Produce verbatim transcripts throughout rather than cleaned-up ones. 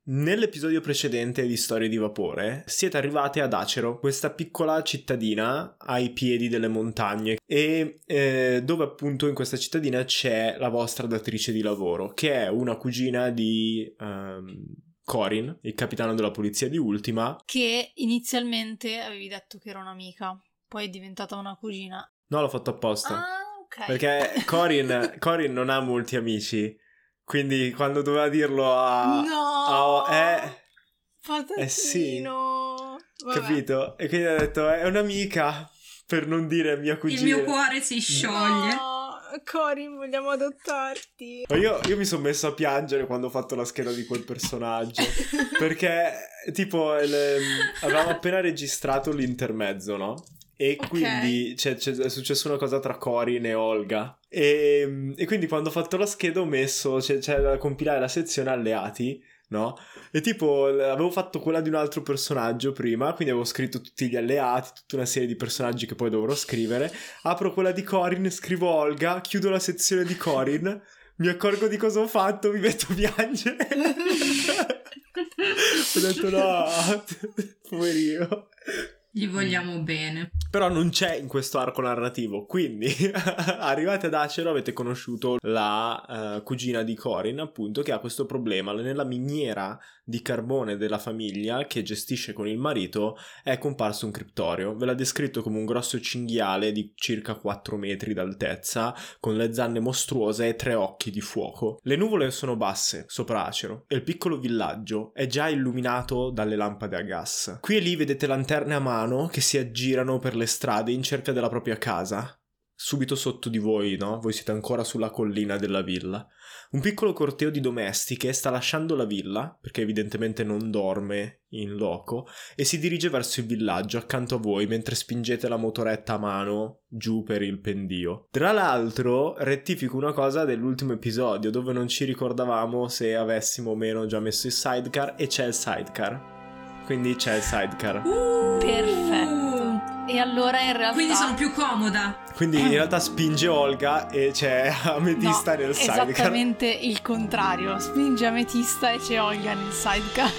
Nell'episodio precedente di Storie di Vapore siete arrivati ad Acero, questa piccola cittadina ai piedi delle montagne e eh, dove appunto in questa cittadina c'è la vostra datrice di lavoro, che è una cugina di um, Corin, il capitano della polizia di Ultima. Che inizialmente avevi detto che era un'amica, poi è diventata una cugina. No, l'ho fatto apposta. Ah, ok. Perché Corin, Corin non ha molti amici. Quindi quando doveva dirlo a... No! a eh, Patatino! eh sì, Vabbè. capito? E quindi ha detto, è un'amica, per non dire mia cugina. Il mio cuore si scioglie. No, Corin, vogliamo adottarti. Ma io, io mi sono messo a piangere quando ho fatto la scheda di quel personaggio. Perché, tipo, il, avevamo appena registrato l'intermezzo, no? E Ok. quindi c'è, c'è, è successa una cosa tra Corin e Olga. E, e quindi quando ho fatto la scheda ho messo, c'è, c'è da compilare la sezione alleati, no? E tipo avevo fatto quella di un altro personaggio prima, quindi avevo scritto tutti gli alleati, tutta una serie di personaggi che poi dovrò scrivere. Apro quella di Corin, scrivo Olga, chiudo la sezione di Corin, mi accorgo di cosa ho fatto, mi metto a piangere. Ho detto no, poverino. Gli vogliamo bene. Però non c'è in questo arco narrativo, quindi arrivati ad Acero avete conosciuto la uh, cugina di Corin, appunto, che ha questo problema. Nella miniera di carbone della famiglia che gestisce con il marito è comparso un criptorio. Ve l'ha descritto come un grosso cinghiale di circa quattro metri d'altezza, con le zanne mostruose e tre occhi di fuoco. Le nuvole sono basse sopra Acero e il piccolo villaggio è già illuminato dalle lampade a gas. Qui e lì vedete lanterne a mano che si aggirano per le strade in cerca della propria casa. Subito sotto di voi, no? Voi siete ancora sulla collina della villa. Un piccolo corteo di domestiche sta lasciando la villa, perché evidentemente non dorme in loco, e si dirige verso il villaggio accanto a voi mentre spingete la motoretta a mano giù per il pendio. Tra l'altro, rettifico una cosa dell'ultimo episodio, dove non ci ricordavamo se avessimo o meno già messo il sidecar, e c'è il sidecar. Quindi c'è il sidecar. Uh, Perfetto. E allora in realtà... Quindi sono più comoda. Quindi in realtà spinge Olga e c'è Ametista no, nel sidecar. Esattamente il contrario. Spinge Ametista e c'è Olga nel sidecar.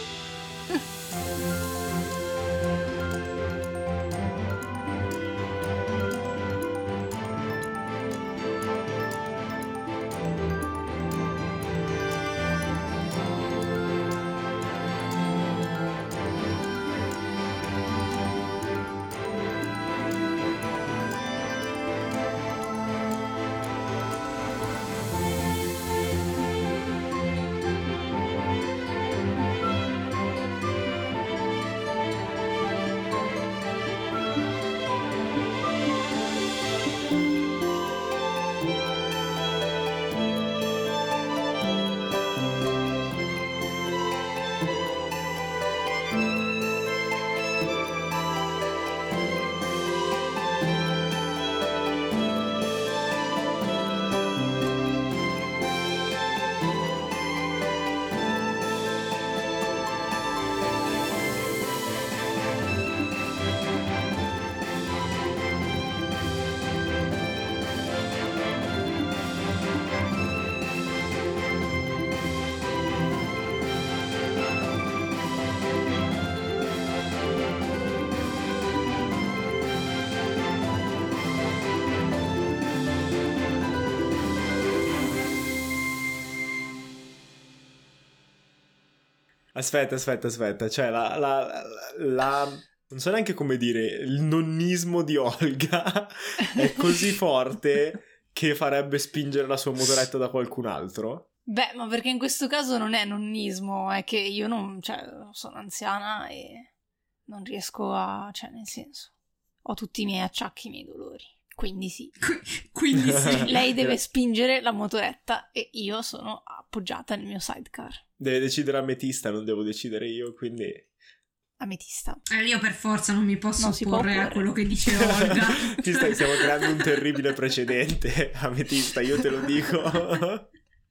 Aspetta, aspetta, aspetta, cioè la, la, la, la... non so neanche come dire, il nonnismo di Olga è così forte che farebbe spingere la sua motoretta da qualcun altro? Beh, ma perché in questo caso non è nonnismo, è che io non, cioè, sono anziana e non riesco a, cioè, nel senso, ho tutti i miei acciacchi, i miei dolori, quindi sì. Quindi sì. Lei deve spingere la motoretta e io sono appoggiata nel mio sidecar. Deve decidere Ametista, non devo decidere io, quindi... Ametista. Eh, io per forza non mi posso Non si può opporre a opporre. quello che dice Olga. Ti stai, stiamo creando un terribile precedente, Ametista, io te lo dico.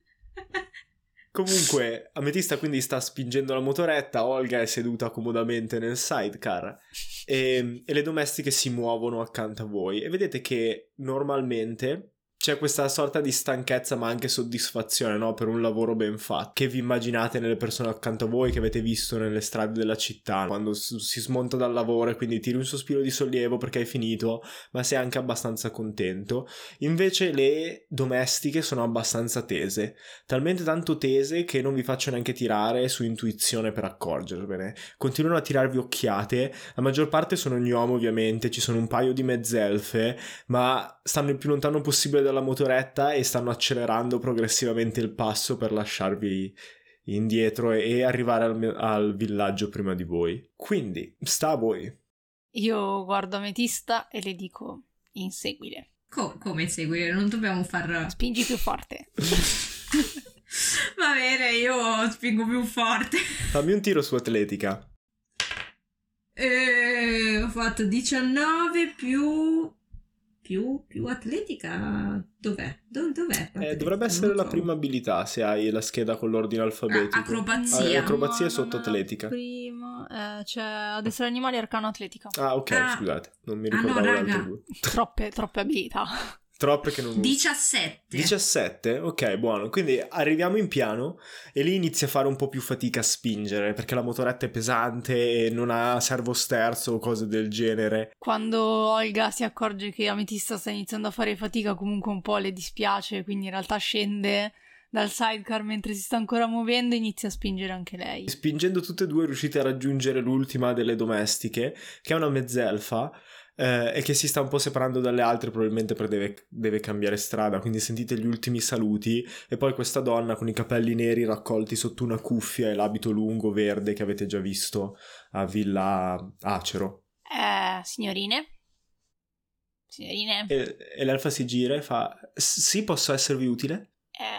Comunque, Ametista quindi sta spingendo la motoretta, Olga è seduta comodamente nel sidecar e, e le domestiche si muovono accanto a voi e vedete che normalmente c'è questa sorta di stanchezza ma anche soddisfazione, no? Per un lavoro ben fatto, che vi immaginate nelle persone accanto a voi, che avete visto nelle strade della città, quando si smonta dal lavoro e quindi tiri un sospiro di sollievo perché hai finito, ma sei anche abbastanza contento. Invece le domestiche sono abbastanza tese, talmente tanto tese che non vi faccio neanche tirare su intuizione per accorgervene. Continuano a tirarvi occhiate, la maggior parte sono gnomo ovviamente, ci sono un paio di mezzelfe, ma stanno il più lontano possibile dalla motoretta e stanno accelerando progressivamente il passo per lasciarvi indietro e arrivare al, al villaggio prima di voi. Quindi sta a voi. Io guardo Ametista e le dico: inseguile. Co- come seguire? Non dobbiamo far... Spingi più forte. Va bene, io spingo più forte. Fammi un tiro su atletica. E ho fatto diciannove più... Più, più atletica. Dov'è? Do- dov'è? Eh, dovrebbe essere la prima abilità se hai la scheda con l'ordine alfabetico. Ah, acrobazia. Ah, acrobazia No, sotto non è atletica. Prima, eh, c'è addestro animali, arcano atletica. Ah, ok, Ah. scusate, non mi Ah, no, ricordavo raga. l'altro due. Troppe, troppe abilità. Troppe che non uso. diciassette. diciassette? Ok, buono. Quindi arriviamo in piano e lì inizia a fare un po' più fatica a spingere perché la motoretta è pesante e non ha servosterzo o cose del genere. Quando Olga si accorge che Ametista sta iniziando a fare fatica, comunque un po' le dispiace, quindi in realtà scende dal sidecar mentre si sta ancora muovendo e inizia a spingere anche lei. Spingendo tutte e due riuscite a raggiungere l'ultima delle domestiche, che è una mezzelfa, eh, e che si sta un po' separando dalle altre probabilmente perché deve, deve cambiare strada, quindi sentite gli ultimi saluti e poi questa donna con i capelli neri raccolti sotto una cuffia e l'abito lungo verde che avete già visto a Villa Acero. Eh, signorine? Signorine? E, e l'elfa si gira e fa: sì, posso esservi utile?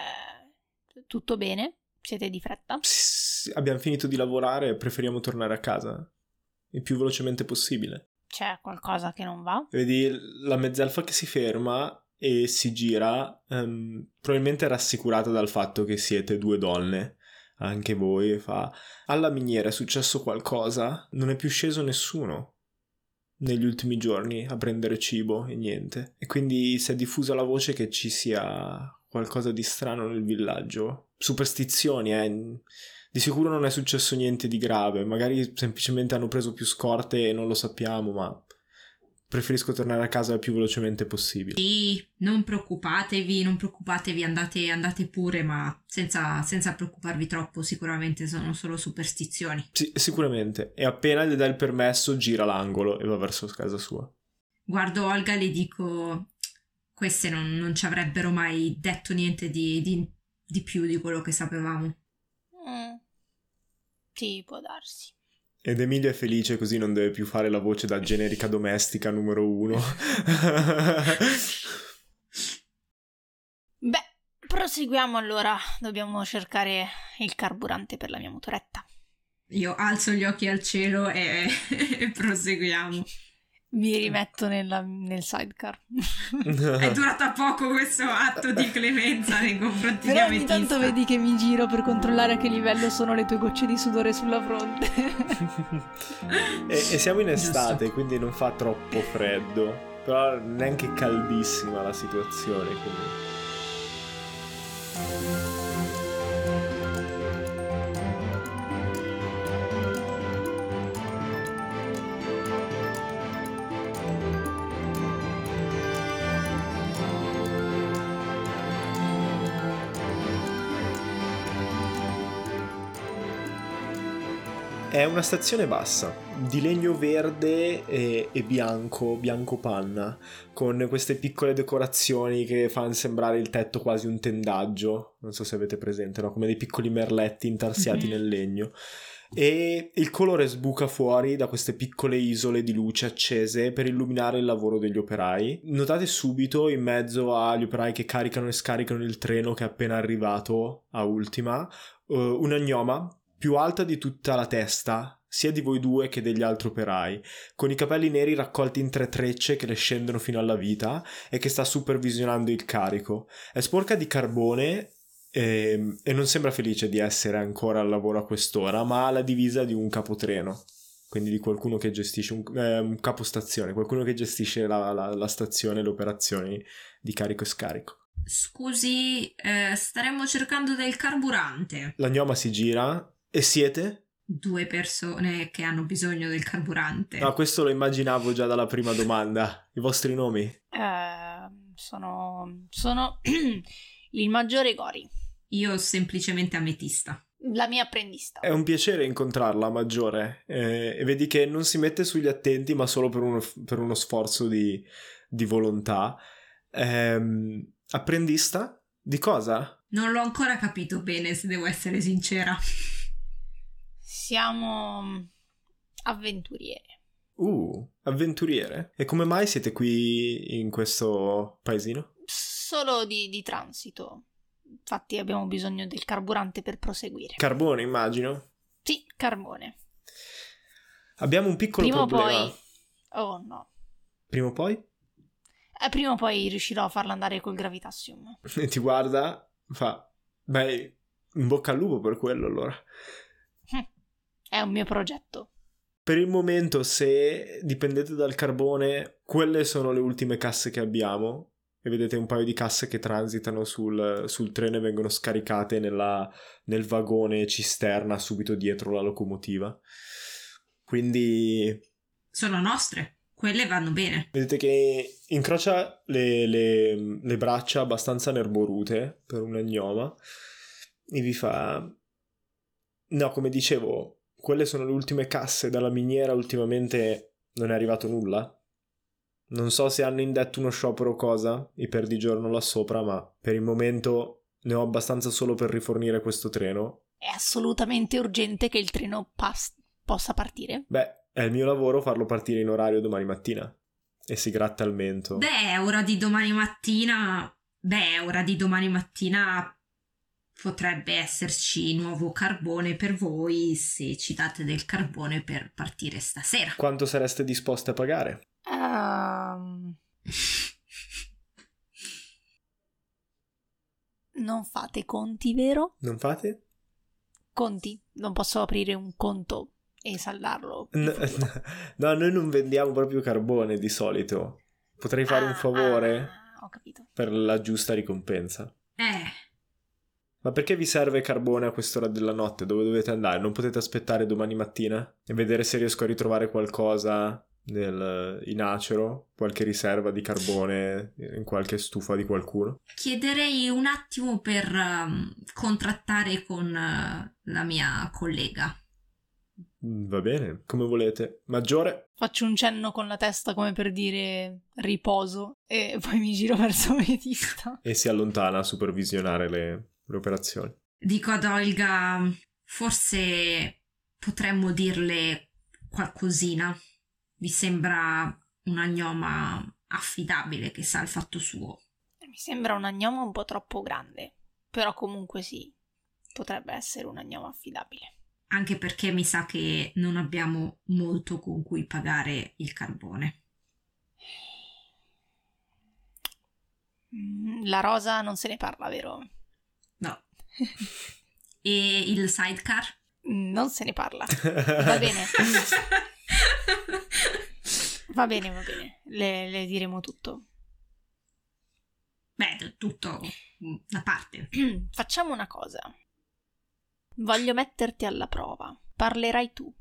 Eh, tutto bene? Siete di fretta? Sì, abbiamo finito di lavorare e preferiamo tornare a casa il più velocemente possibile. C'è qualcosa che non va? Vedi la mezzelfa che si ferma e si gira, um, probabilmente rassicurata dal fatto che siete due donne, anche voi, e fa: alla miniera è successo qualcosa? Non è più sceso nessuno negli ultimi giorni a prendere cibo e niente. E quindi si è diffusa la voce che ci sia qualcosa di strano nel villaggio. Superstizioni, eh. Di sicuro non è successo niente di grave, magari semplicemente hanno preso più scorte e non lo sappiamo, ma preferisco tornare a casa il più velocemente possibile. Sì, non preoccupatevi, non preoccupatevi, andate, andate pure, ma senza, senza preoccuparvi troppo, sicuramente sono solo superstizioni. Sì, sicuramente. E appena gli dà il permesso gira l'angolo e va verso casa sua. Guardo Olga e le dico: queste non, non ci avrebbero mai detto niente di, di, di più di quello che sapevamo. Mm. Sì, può darsi. Ed Emilio è felice così non deve più fare la voce da generica domestica numero uno. Beh, proseguiamo allora. Dobbiamo cercare il carburante per la mia motoretta. Io alzo gli occhi al cielo e, e proseguiamo. Mi rimetto nella- nel sidecar. È durata poco questo atto di clemenza nei confronti di Però ogni Ametista. tanto vedi che mi giro per controllare a che livello sono le tue gocce di sudore sulla fronte. e, e siamo in estate, quindi non fa troppo freddo, però neanche caldissima la situazione, quindi... È una stazione bassa, di legno verde e, e bianco, bianco panna, con queste piccole decorazioni che fanno sembrare il tetto quasi un tendaggio, non so se avete presente, no? Come dei piccoli merletti intarsiati Mm-hmm. nel legno. E il colore sbuca fuori da queste piccole isole di luce accese per illuminare il lavoro degli operai. Notate subito, in mezzo agli operai che caricano e scaricano il treno che è appena arrivato a Ultima, uh, una gnoma più alta di tutta la testa, sia di voi due che degli altri operai, con i capelli neri raccolti in tre trecce che le scendono fino alla vita e che sta supervisionando il carico. È sporca di carbone e, e non sembra felice di essere ancora al lavoro a quest'ora, ma ha la divisa di un capotreno. quindi di qualcuno che gestisce un, eh, un capostazione, qualcuno che gestisce la, la, la stazione, le operazioni di carico e scarico. Scusi, eh, staremmo cercando del carburante. La gnoma si gira. E siete? Due persone che hanno bisogno del carburante. No, questo lo immaginavo già dalla prima domanda. I vostri nomi? Eh, sono... sono il maggiore Gori. Io semplicemente ametista. La mia apprendista. È un piacere incontrarla, Maggiore, eh, e vedi che non si mette sugli attenti, ma solo per uno, per uno sforzo di, di volontà. Ehm, apprendista? Di cosa? Non l'ho ancora capito bene, se devo essere sincera. Siamo avventuriere. Uh, avventuriere? E come mai siete qui in questo paesino? Solo di, di transito. Infatti abbiamo bisogno del carburante per proseguire. Carbone, immagino. Sì, carbone. Abbiamo un piccolo Prima o problema. poi... Oh no. Prima o poi? Eh, prima o poi riuscirò a farla andare col Gravitasium. E ti guarda, fa... Beh, in bocca al lupo per quello, allora. È un mio progetto. Per il momento, se dipendete dal carbone, quelle sono le ultime casse che abbiamo. E vedete un paio di casse che transitano sul, sul treno e vengono scaricate nella, nel vagone cisterna subito dietro la locomotiva. Quindi... Sono nostre. Quelle vanno bene. Vedete che incrocia le, le, le braccia abbastanza nerborute per una gnoma e vi fa... No, come dicevo, quelle sono le ultime casse. Dalla miniera ultimamente non è arrivato nulla. Non so se hanno indetto uno sciopero o cosa, i perdigiorno là sopra, ma per il momento ne ho abbastanza solo per rifornire questo treno. È assolutamente urgente che il treno pas- possa partire? Beh, è il mio lavoro farlo partire in orario domani mattina. E si gratta il mento. Beh, ora di domani mattina... Beh, ora di domani mattina potrebbe esserci nuovo carbone per voi se ci date del carbone per partire stasera. Quanto sareste disposte a pagare? Um... Non fate conti, vero? Non fate? Conti. Non posso aprire un conto e saldarlo. No, no, noi non vendiamo proprio carbone di solito. Potrei fare ah, un favore? Ah, ho capito. Per la giusta ricompensa. Eh... Ma perché vi serve carbone a quest'ora della notte? Dove dovete andare? Non potete aspettare domani mattina? E vedere se riesco a ritrovare qualcosa nel, in acero? Qualche riserva di carbone in qualche stufa di qualcuno? Chiederei un attimo per um, contrattare con uh, la mia collega. Va bene, come volete. Maggiore? Faccio un cenno con la testa come per dire riposo e poi mi giro verso Ametista. E si allontana a supervisionare le... le operazioni. Dico ad Olga, forse potremmo dirle qualcosina. Vi sembra una gnoma affidabile che sa il fatto suo? Mi sembra una gnoma un po' troppo grande, però comunque sì, potrebbe essere una gnoma affidabile. Anche perché mi sa che non abbiamo molto con cui pagare il carbone. La rosa non se ne parla, vero? No. E il sidecar? Non se ne parla. Va bene. Va bene, va bene. Le, le diremo tutto. Beh, tutto da parte. Facciamo una cosa. Voglio metterti alla prova. Parlerai tu.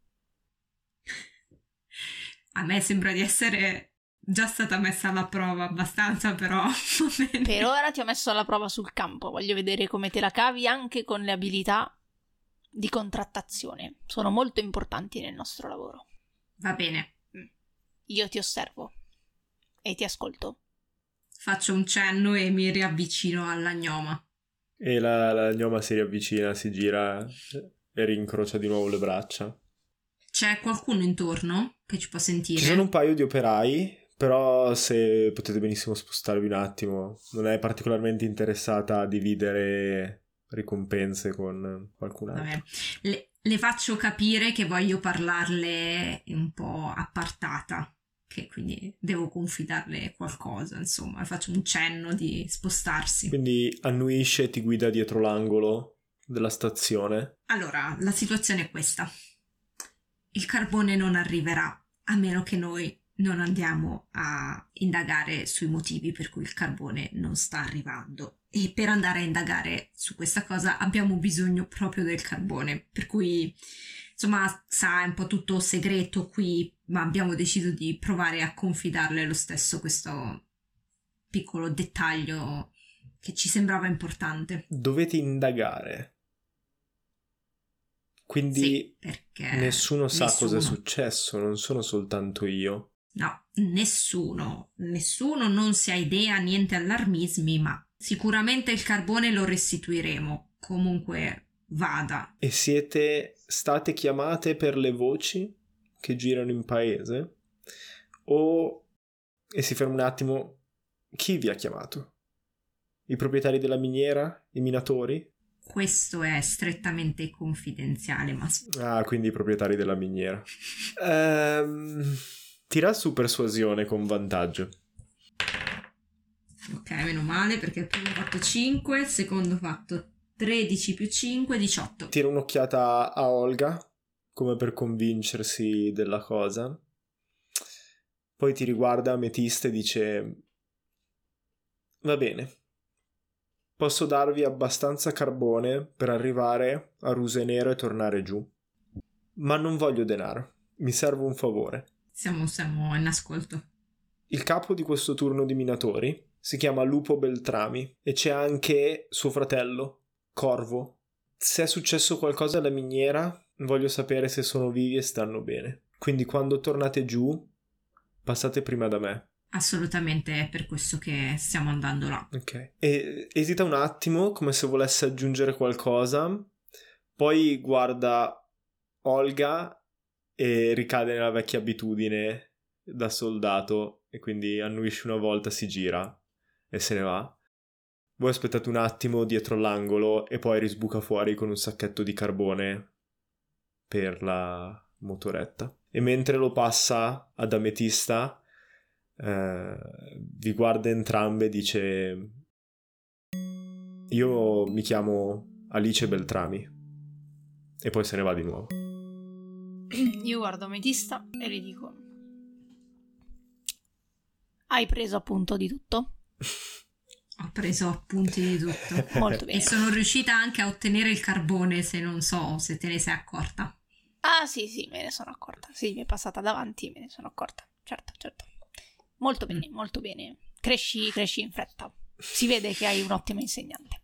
A me sembra di essere già stata messa alla prova abbastanza, però va bene. Per ora ti ho messo alla prova sul campo. Voglio vedere come te la cavi anche con le abilità di contrattazione. Sono molto importanti nel nostro lavoro. Va bene. Io ti osservo e ti ascolto. Faccio un cenno e mi riavvicino alla gnoma. E la, la gnoma si riavvicina, si gira e rincrocia di nuovo le braccia. C'è qualcuno intorno che ci può sentire? Ci sono un paio di operai, però se potete benissimo spostarvi un attimo. Non è particolarmente interessata a dividere ricompense con qualcun altro. Vabbè. Le, le faccio capire che voglio parlarle un po' appartata, che quindi devo confidarle qualcosa, insomma, faccio un cenno di spostarsi. Quindi annuisce e ti guida dietro l'angolo della stazione. Allora, la situazione è questa. il carbone non arriverà, a meno che noi non andiamo a indagare sui motivi per cui il carbone non sta arrivando. E per andare a indagare su questa cosa abbiamo bisogno proprio del carbone, per cui insomma sa, è un po' tutto segreto qui, ma abbiamo deciso di provare a confidarle lo stesso questo piccolo dettaglio che ci sembrava importante. Dovete indagare. Quindi sì, perché nessuno sa nessuno. cosa è successo, non sono soltanto io. No, nessuno, nessuno non si ha idea, niente allarmismi, ma sicuramente il carbone lo restituiremo, comunque vada. E siete state chiamate per le voci che girano in paese? O, e si ferma un attimo, chi vi ha chiamato? I proprietari della miniera? I minatori? Questo è strettamente confidenziale, ma... Ah, quindi i proprietari della miniera. Ehm... Tira su persuasione con vantaggio. Ok, meno male, perché il primo ho fatto cinque, il secondo ho fatto tredici più cinque, diciotto. Tira un'occhiata a Olga, come per convincersi della cosa. Poi ti riguarda Ametista e dice: va bene, posso darvi abbastanza carbone per arrivare a Rusenero e tornare giù, ma non voglio denaro, mi serve un favore. Siamo, siamo in ascolto. Il capo di questo turno di minatori si chiama Lupo Beltrami e c'è anche suo fratello, Corvo. Se è successo qualcosa alla miniera, voglio sapere se sono vivi e stanno bene. Quindi quando tornate giù, passate prima da me. Assolutamente, è per questo che stiamo andando là. Ok. E esita un attimo, come se volesse aggiungere qualcosa, poi guarda Olga e ricade nella vecchia abitudine da soldato e quindi annuisce una volta, si gira e se ne va. Voi aspettate un attimo dietro l'angolo e poi risbuca fuori con un sacchetto di carbone per la motoretta. E mentre lo passa ad Ametista, eh, vi guarda entrambe e dice: io mi chiamo Alice Beltrami. E poi se ne va di nuovo. Io guardo Ametista e le dico: hai preso appunto di tutto? Ho preso appunti di tutto. Molto bene. E sono riuscita anche a ottenere il carbone, se non so se te ne sei accorta. Ah sì sì, me ne sono accorta. Sì, mi è passata davanti, me ne sono accorta. Certo, certo. Molto bene, mm. molto bene. Cresci, cresci in fretta. Si vede che hai un ottimo insegnante.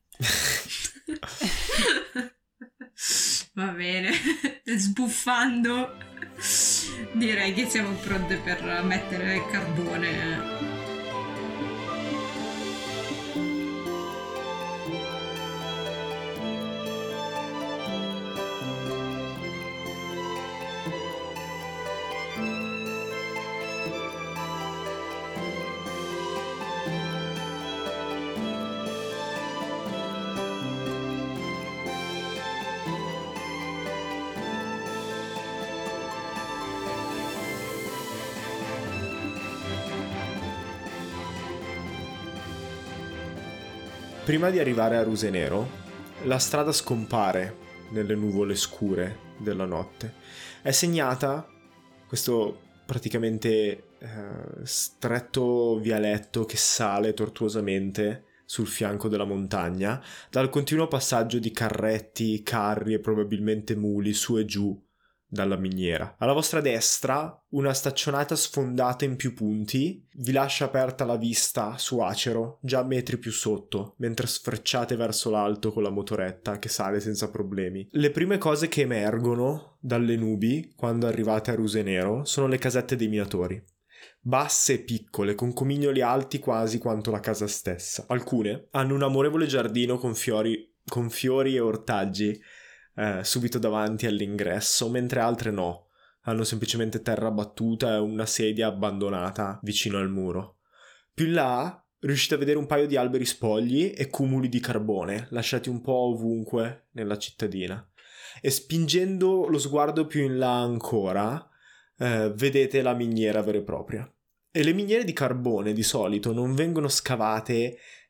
Va bene, sbuffando direi che siamo pronte per mettere il carbone. Prima di arrivare a Rusenero, la strada scompare nelle nuvole scure della notte. È segnata, questo praticamente eh, stretto vialetto che sale tortuosamente sul fianco della montagna, dal continuo passaggio di carretti, carri e probabilmente muli su e giù dalla miniera. Alla vostra destra, una staccionata sfondata in più punti vi lascia aperta la vista su Acero, già metri più sotto, mentre sfrecciate verso l'alto con la motoretta che sale senza problemi. Le prime cose che emergono dalle nubi quando arrivate a Rusenero sono le casette dei minatori. Basse e piccole, con comignoli alti quasi quanto la casa stessa. Alcune hanno un amorevole giardino con fiori, con fiori e ortaggi Eh, subito davanti all'ingresso, mentre altre no, hanno semplicemente terra battuta e una sedia abbandonata vicino al muro. Più in là riuscite a vedere un paio di alberi spogli e cumuli di carbone lasciati un po' ovunque nella cittadina, e spingendo lo sguardo più in là ancora eh, vedete la miniera vera e propria. E le miniere di carbone di solito non vengono scavate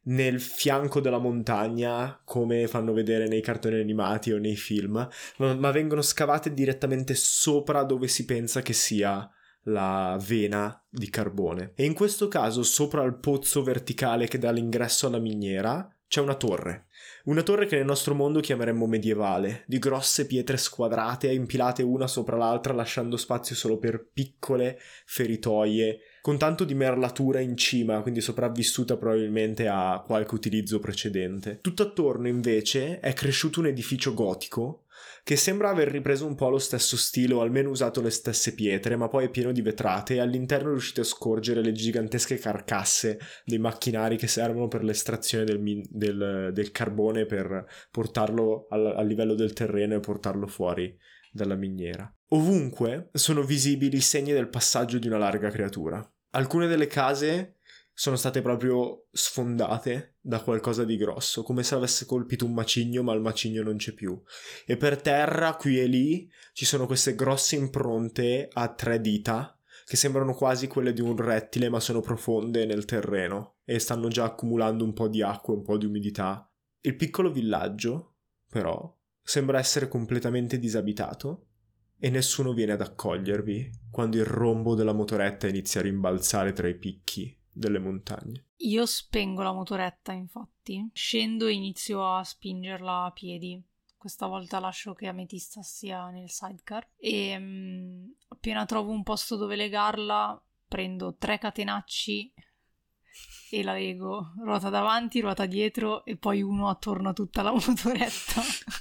nel fianco della montagna come fanno vedere nei cartoni animati o nei film, ma, ma vengono scavate direttamente sopra dove si pensa che sia la vena di carbone. E in questo caso sopra il pozzo verticale che dà l'ingresso alla miniera c'è una torre. Una torre che nel nostro mondo chiameremmo medievale, di grosse pietre squadrate impilate una sopra l'altra, lasciando spazio solo per piccole feritoie, con tanto di merlatura in cima, quindi sopravvissuta probabilmente a qualche utilizzo precedente. Tutt'attorno invece è cresciuto un edificio gotico che sembra aver ripreso un po' lo stesso stile o almeno usato le stesse pietre, ma poi è pieno di vetrate e all'interno riuscite a scorgere le gigantesche carcasse dei macchinari che servono per l'estrazione del, min- del, del carbone per portarlo al, al livello del terreno e portarlo fuori dalla miniera. Ovunque sono visibili i segni del passaggio di una larga creatura. Alcune delle case sono state proprio sfondate da qualcosa di grosso, come se avesse colpito un macigno, ma il macigno non c'è più. E per terra, qui e lì, ci sono queste grosse impronte a tre dita, che sembrano quasi quelle di un rettile, ma sono profonde nel terreno, e stanno già accumulando un po' di acqua e un po' di umidità. Il piccolo villaggio, però, sembra essere completamente disabitato, e nessuno viene ad accogliervi quando il rombo della motoretta inizia a rimbalzare tra i picchi delle montagne. Io spengo la motoretta, infatti. Scendo e inizio a spingerla a piedi. Questa volta lascio che Ametista sia nel sidecar. E mh, appena trovo un posto dove legarla, prendo tre catenacci e la lego. Ruota davanti, ruota dietro e poi uno attorno a tutta la motoretta.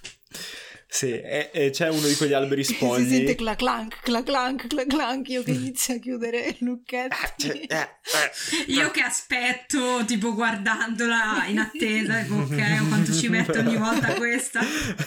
Sì, e, e c'è uno di quegli alberi spogli. Si sente clac clank, clac clank, clac clank, io che inizio a chiudere i lucchetti. Io che aspetto, tipo guardandola in attesa, dico, ok, quanto ci metto ogni volta questa.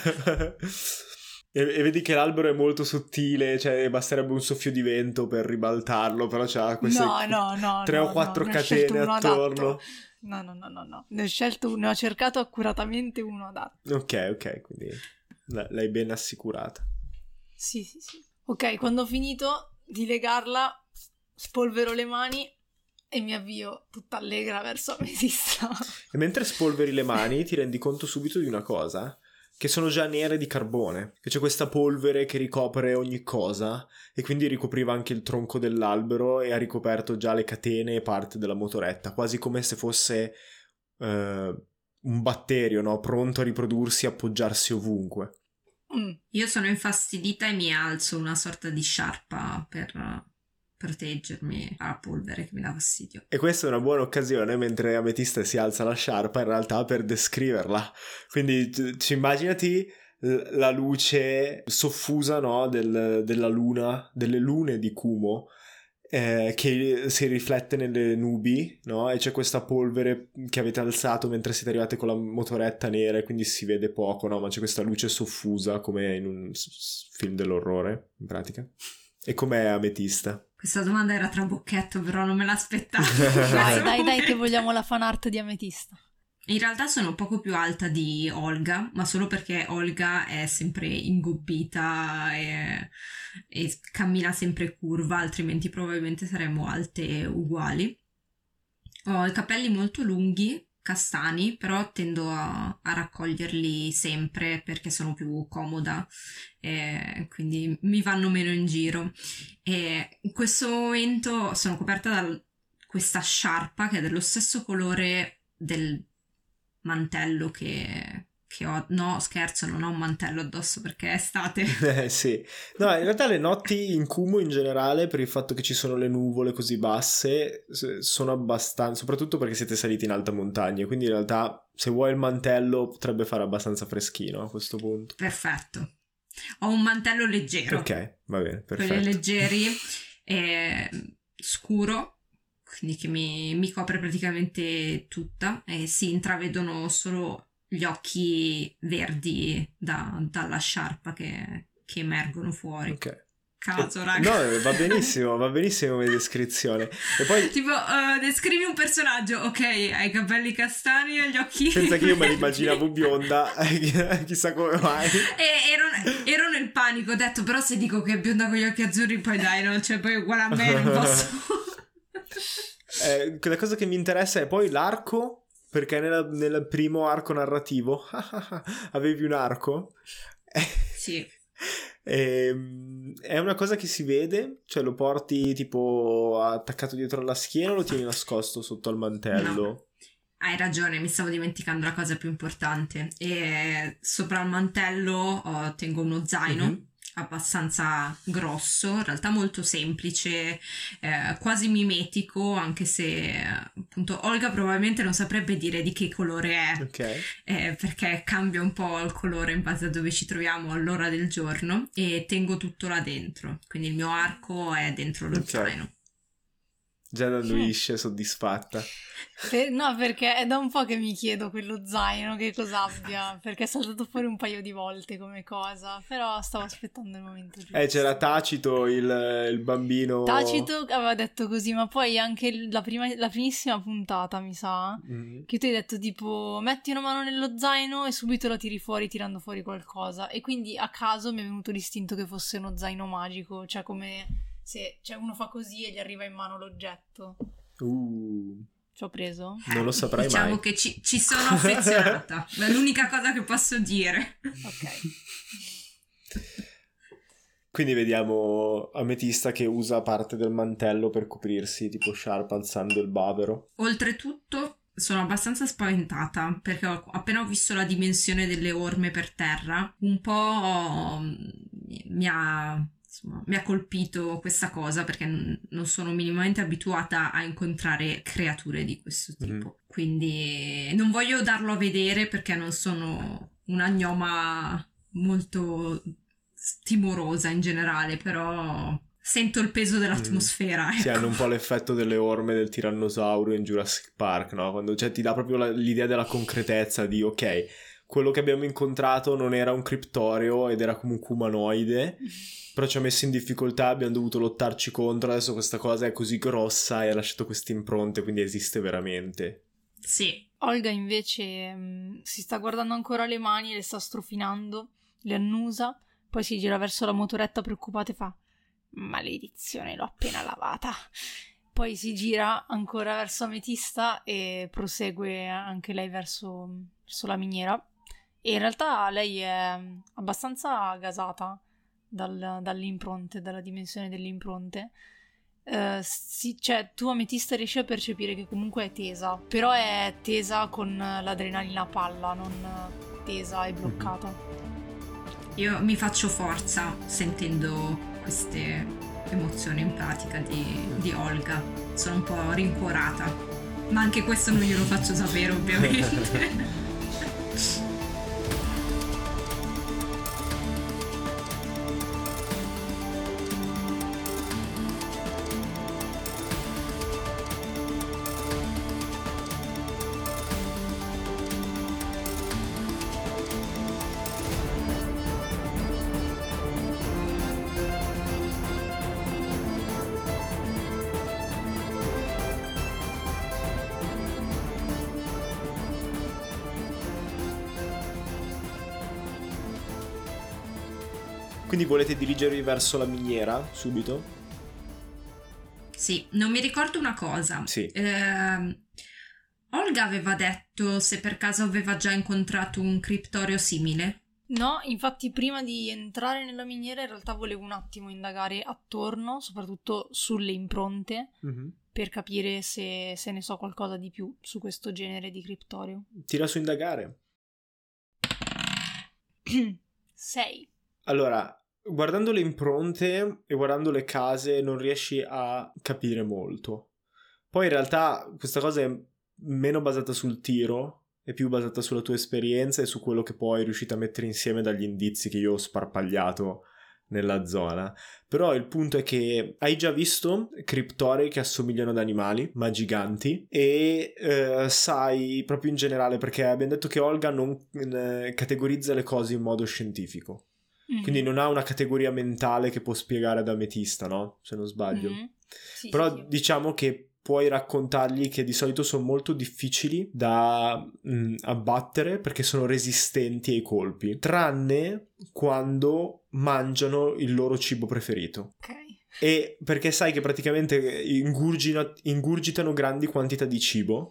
E, e vedi che l'albero è molto sottile, cioè basterebbe un soffio di vento per ribaltarlo, però c'ha queste no, no, no, tre no, o quattro no, catene attorno. Adatto. No, no, no, no, no. Ne ho scelto, ne ho cercato accuratamente uno adatto. Ok, ok, quindi l'hai ben assicurata. Sì, sì, sì. Ok, quando ho finito di legarla, spolvero le mani e mi avvio tutta allegra verso Ametista. E mentre spolveri le mani ti rendi conto subito di una cosa, che sono già nere di carbone, che c'è questa polvere che ricopre ogni cosa e quindi ricopriva anche il tronco dell'albero e ha ricoperto già le catene e parte della motoretta, quasi come se fosse uh, un batterio, no? Pronto a riprodursi e appoggiarsi ovunque. Mm. Io sono infastidita e mi alzo una sorta di sciarpa per proteggermi dalla polvere che mi dà fastidio. E questa è una buona occasione, mentre Ametista si alza la sciarpa, in realtà per descriverla. Quindi ci immaginati la luce soffusa, no, del, della luna, delle lune di Kumo, eh, che si riflette nelle nubi, no? E c'è questa polvere che avete alzato mentre siete arrivate con la motoretta nera, e quindi si vede poco, no? Ma c'è questa luce soffusa come in un film dell'orrore, in pratica. E com'è Ametista? Questa domanda era trabocchetto, però non me l'aspettavo. Dai, dai, dai, che vogliamo la fan art di Ametista. In realtà sono poco più alta di Olga, ma solo perché Olga è sempre ingobbita e, e cammina sempre curva, altrimenti probabilmente saremmo alte uguali. Ho i capelli molto lunghi, castani, però tendo a, a raccoglierli sempre perché sono più comoda e quindi mi vanno meno in giro. E in questo momento sono coperta da questa sciarpa che è dello stesso colore del mantello che, che ho. No, scherzo, non ho un mantello addosso perché è estate. Eh sì. No, in realtà le notti in Kumo in generale, per il fatto che ci sono le nuvole così basse, sono abbastanza, soprattutto perché siete saliti in alta montagna, quindi in realtà se vuoi il mantello potrebbe fare abbastanza freschino a questo punto. Perfetto. Ho un mantello leggero. Ok, va bene, perfetto. Quelli leggeri, eh, scuro, quindi che mi, mi copre praticamente tutta e si intravedono solo gli occhi verdi da, dalla sciarpa che, che emergono fuori. Ok. Caso, raga. No, va benissimo, va benissimo come descrizione. E poi tipo, uh, descrivi un personaggio, ok, hai i capelli castani e gli occhi... Pensa che io me l'immaginavo bionda, chissà come mai. E ero, ero nel panico, ho detto, però se dico che è bionda con gli occhi azzurri, poi dai, no, cioè poi è uguale a me, non posso... Eh, la cosa che mi interessa è poi l'arco perché nella- nel primo arco narrativo avevi un arco. Sì. Ehm, è una cosa che si vede? Cioè lo porti tipo attaccato dietro alla schiena o lo tieni nascosto sotto al mantello? No. Hai ragione, mi stavo dimenticando la cosa più importante. E sopra il mantello oh, tengo uno zaino Mhm. abbastanza grosso, in realtà molto semplice, eh, quasi mimetico, anche se eh, appunto Olga probabilmente non saprebbe dire di che colore è, Ok. eh, perché cambia un po' il colore in base a dove ci troviamo all'ora del giorno, e tengo tutto là dentro, quindi il mio arco è dentro lo Ok. zaino. Già annuisce soddisfatta. Per- no, perché è da un po' che mi chiedo quello zaino che cosa abbia, perché è saltato fuori un paio di volte come cosa, però stavo aspettando il momento giusto. Eh, c'era Tacito, il, il bambino... Tacito aveva detto così, ma poi anche la, prima, la primissima puntata, mi sa, Mm. che tu hai detto tipo metti una mano nello zaino e subito la tiri fuori tirando fuori qualcosa, e quindi a caso mi è venuto l'istinto che fosse uno zaino magico, cioè come se cioè, uno fa così e gli arriva in mano l'oggetto. Uh, Ci ho preso? non lo saprai Diciamo mai. che ci, ci sono affezionata, è l'unica cosa che posso dire. Ok. Quindi vediamo Ametista che usa parte del mantello per coprirsi, tipo Sharp alzando il bavero. Oltretutto sono abbastanza spaventata perché ho- appena ho visto la dimensione delle orme per terra, un po' mm, mi ha, insomma, mi ha colpito questa cosa, perché n- non sono minimamente abituata a incontrare creature di questo tipo. Mhm. Quindi non voglio darlo a vedere perché non sono una gnoma molto timorosa in generale, però sento il peso dell'atmosfera. Sì, ecco. hanno un po' l'effetto delle orme del tirannosauro in Jurassic Park, no? Quando cioè, ti dà proprio la- l'idea della concretezza di, ok, quello che abbiamo incontrato non era un criptoreo ed era comunque umanoide, però ci ha messo in difficoltà, abbiamo dovuto lottarci contro, adesso questa cosa è così grossa e ha lasciato queste impronte, quindi esiste veramente. Sì. Olga invece mh, si sta guardando ancora le mani, le sta strofinando, le annusa, poi si gira verso la motoretta preoccupata e fa maledizione, l'ho appena lavata. Poi si gira ancora verso Ametista e prosegue anche lei verso, verso la miniera, e in realtà lei è abbastanza gasata dal, dalle impronte, dalla dimensione delle impronte. Uh, sì, cioè tu Ametista riesci a percepire che comunque è tesa, però è tesa con l'adrenalina a palla, non tesa e bloccata. Io mi faccio forza sentendo queste emozioni in pratica di, di Olga. Sono un po' rincuorata, ma anche questo non glielo faccio sapere ovviamente. Quindi volete dirigervi verso la miniera subito? Sì, non mi ricordo una cosa. Sì. Ehm, Olga aveva detto se per caso aveva già incontrato un criptoreo simile. No, infatti prima di entrare nella miniera in realtà volevo un attimo indagare attorno, soprattutto sulle impronte, Mm-hmm. per capire se, se ne so qualcosa di più su questo genere di criptoreo. Tira su indagare. Sei. Allora, guardando le impronte e guardando le case non riesci a capire molto. Poi in realtà questa cosa è meno basata sul tiro, è più basata sulla tua esperienza e su quello che poi riuscite a mettere insieme dagli indizi che io ho sparpagliato nella zona. Però il punto è che hai già visto criptorei che assomigliano ad animali, ma giganti, e eh, sai proprio in generale, perché abbiamo detto che Olga non eh, categorizza le cose in modo scientifico. Mm-hmm. Quindi non ha una categoria mentale che può spiegare ad Ametista, no? Se non sbaglio. Mm-hmm. Sì, Però sì, sì. diciamo che puoi raccontargli che di solito sono molto difficili da mh, abbattere perché sono resistenti ai colpi, tranne quando mangiano il loro cibo preferito. Ok. E perché sai che praticamente ingurgino, ingurgitano grandi quantità di cibo,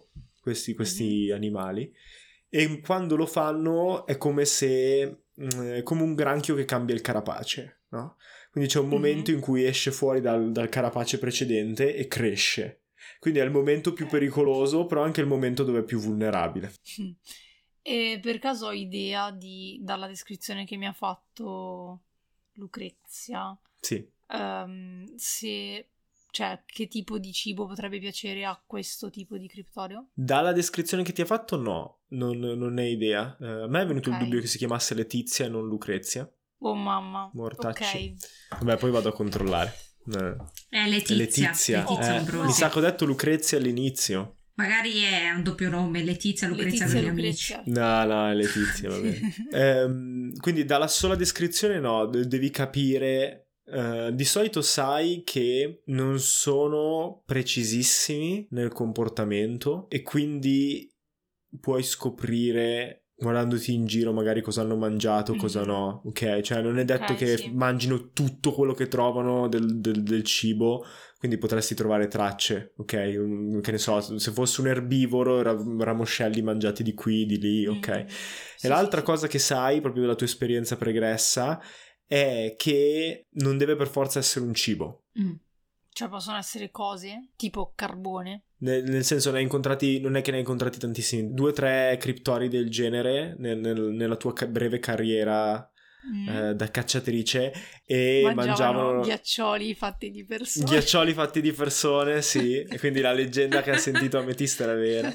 questi, questi mm-hmm. animali, e quando lo fanno è come se è come un granchio che cambia il carapace, no? Quindi c'è un momento mm-hmm. in cui esce fuori dal, dal carapace precedente e cresce, quindi è il momento più pericoloso, però anche il momento dove è più vulnerabile. E per caso ho idea di, dalla descrizione che mi ha fatto Lucrezia, sì. um, se, cioè, che tipo di cibo potrebbe piacere a questo tipo di criptorio? Dalla descrizione che ti ha fatto no, non, non ne ho idea. Uh, a me è venuto okay. il dubbio che si chiamasse Letizia e non Lucrezia. Oh mamma, mortacci. Ok. Vabbè, poi vado a controllare. Eh, È Letizia. Letizia. Letizia eh, mi sa che ho detto Lucrezia all'inizio. Magari è un doppio nome, Letizia, Lucrezia per gli amici. No, no, è Letizia, va bene. ehm, quindi dalla sola descrizione no, devi capire. Uh, di solito sai che non sono precisissimi nel comportamento e quindi puoi scoprire guardandoti in giro magari cosa hanno mangiato, mm-hmm. cosa no, ok? Cioè non è detto okay, che sì. mangino tutto quello che trovano del, del, del cibo, quindi potresti trovare tracce, ok? Che ne so, se fosse un erbivoro, ramoscelli mangiati di qui, di lì, ok? Mm-hmm. Sì, e l'altra sì, cosa sì. che sai, proprio dalla tua esperienza pregressa, è che non deve per forza essere un cibo. Mm. Cioè possono essere cose, tipo carbone. Nel, nel senso, ne hai incontrati, non è che ne hai incontrati tantissimi, due o tre criptori del genere nel, nel, nella tua ca- breve carriera mm. eh, da cacciatrice, e mangiavano, mangiavano ghiaccioli fatti di persone. Ghiaccioli fatti di persone, sì, e quindi la leggenda che ha sentito Ametista era vera.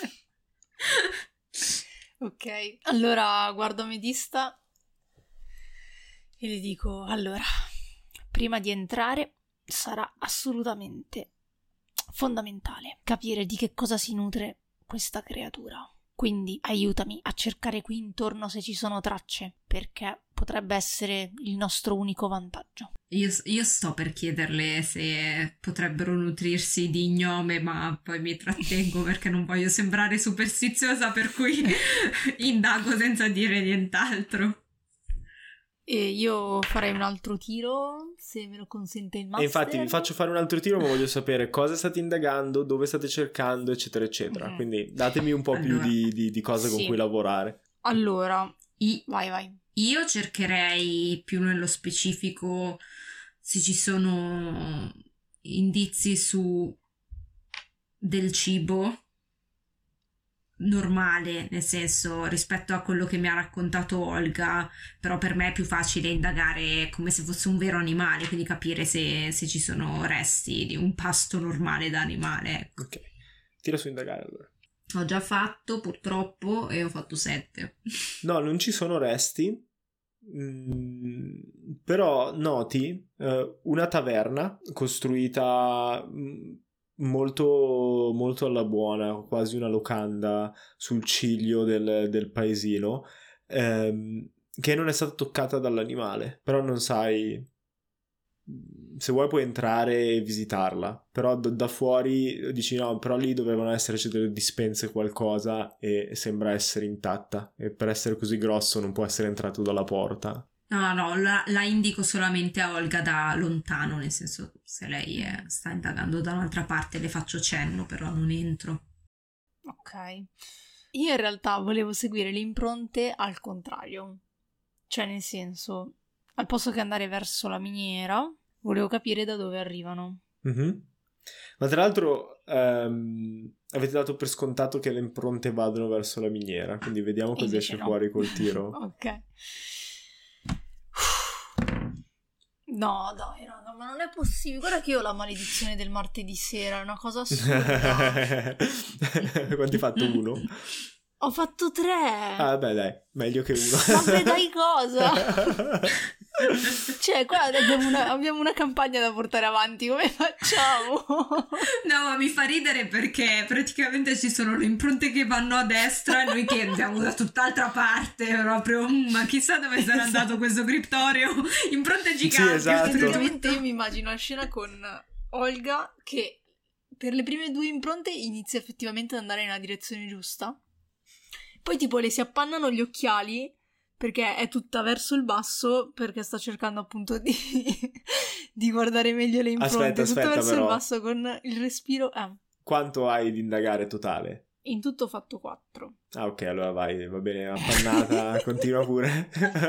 Ok, allora guardo Ametista e gli dico, allora, prima di entrare sarà assolutamente fondamentale capire di che cosa si nutre questa creatura. Quindi aiutami a cercare qui intorno se ci sono tracce, perché potrebbe essere il nostro unico vantaggio. Io, io sto per chiederle se potrebbero nutrirsi di gnome, ma poi mi trattengo perché non voglio sembrare superstiziosa, per cui indago senza dire nient'altro. E io farei un altro tiro, se me lo consente il master. E infatti vi faccio fare un altro tiro, ma voglio sapere cosa state indagando, dove state cercando, eccetera, eccetera. Mm-hmm. Quindi datemi un po' allora, più di, di, di cose sì. con cui lavorare. Allora, I, vai, vai. Io cercherei più nello specifico se ci sono indizi su del cibo normale, nel senso, rispetto a quello che mi ha raccontato Olga, però per me è più facile indagare come se fosse un vero animale, quindi capire se, se ci sono resti di un pasto normale da animale. Ok, tira su indagare allora. Ho già fatto purtroppo e ho fatto sette. No, non ci sono resti, mm, però noti eh, una taverna costruita mm, molto molto alla buona, quasi una locanda sul ciglio del, del paesino, ehm, che non è stata toccata dall'animale, però non sai, se vuoi puoi entrare e visitarla, però da, da fuori dici no, però lì dovevano esserci delle dispense qualcosa e sembra essere intatta, e per essere così grosso non può essere entrato dalla porta. No, no, la, la indico solamente a Olga da lontano, nel senso, se lei è, sta indagando da un'altra parte le faccio cenno, però non entro. Ok. Io in realtà volevo seguire le impronte al contrario. Cioè, nel senso, al posto che andare verso la miniera, volevo capire da dove arrivano. Mm-hmm. Ma tra l'altro um, avete dato per scontato che le impronte vadano verso la miniera, quindi vediamo cosa esce no. fuori col tiro. Ok. No, dai, raga, ma non è possibile. Guarda che io ho la maledizione del martedì sera, è una cosa assurda. Quanti hai fatto? Uno? Ho fatto tre. Ah, beh, dai, meglio che uno. Ma dai cosa? Cioè, qua abbiamo una, abbiamo una campagna da portare avanti, come facciamo? No, ma mi fa ridere perché praticamente ci sono le impronte che vanno a destra e noi che andiamo da tutt'altra parte, proprio, ma chissà dove sarà esatto. andato questo criptorio, impronte giganti. Sì, esatto. Praticamente io mi immagino la scena con Olga che per le prime due impronte inizia effettivamente ad andare nella direzione giusta, poi tipo le si appannano gli occhiali perché è tutta verso il basso, perché sta cercando appunto di, di guardare meglio le impronte. Aspetta, tutta aspetta, verso però. il basso con il respiro. Eh. Quanto hai di indagare totale? In tutto ho fatto quattro. Ah, ok, allora vai, va bene, appannata, continua pure.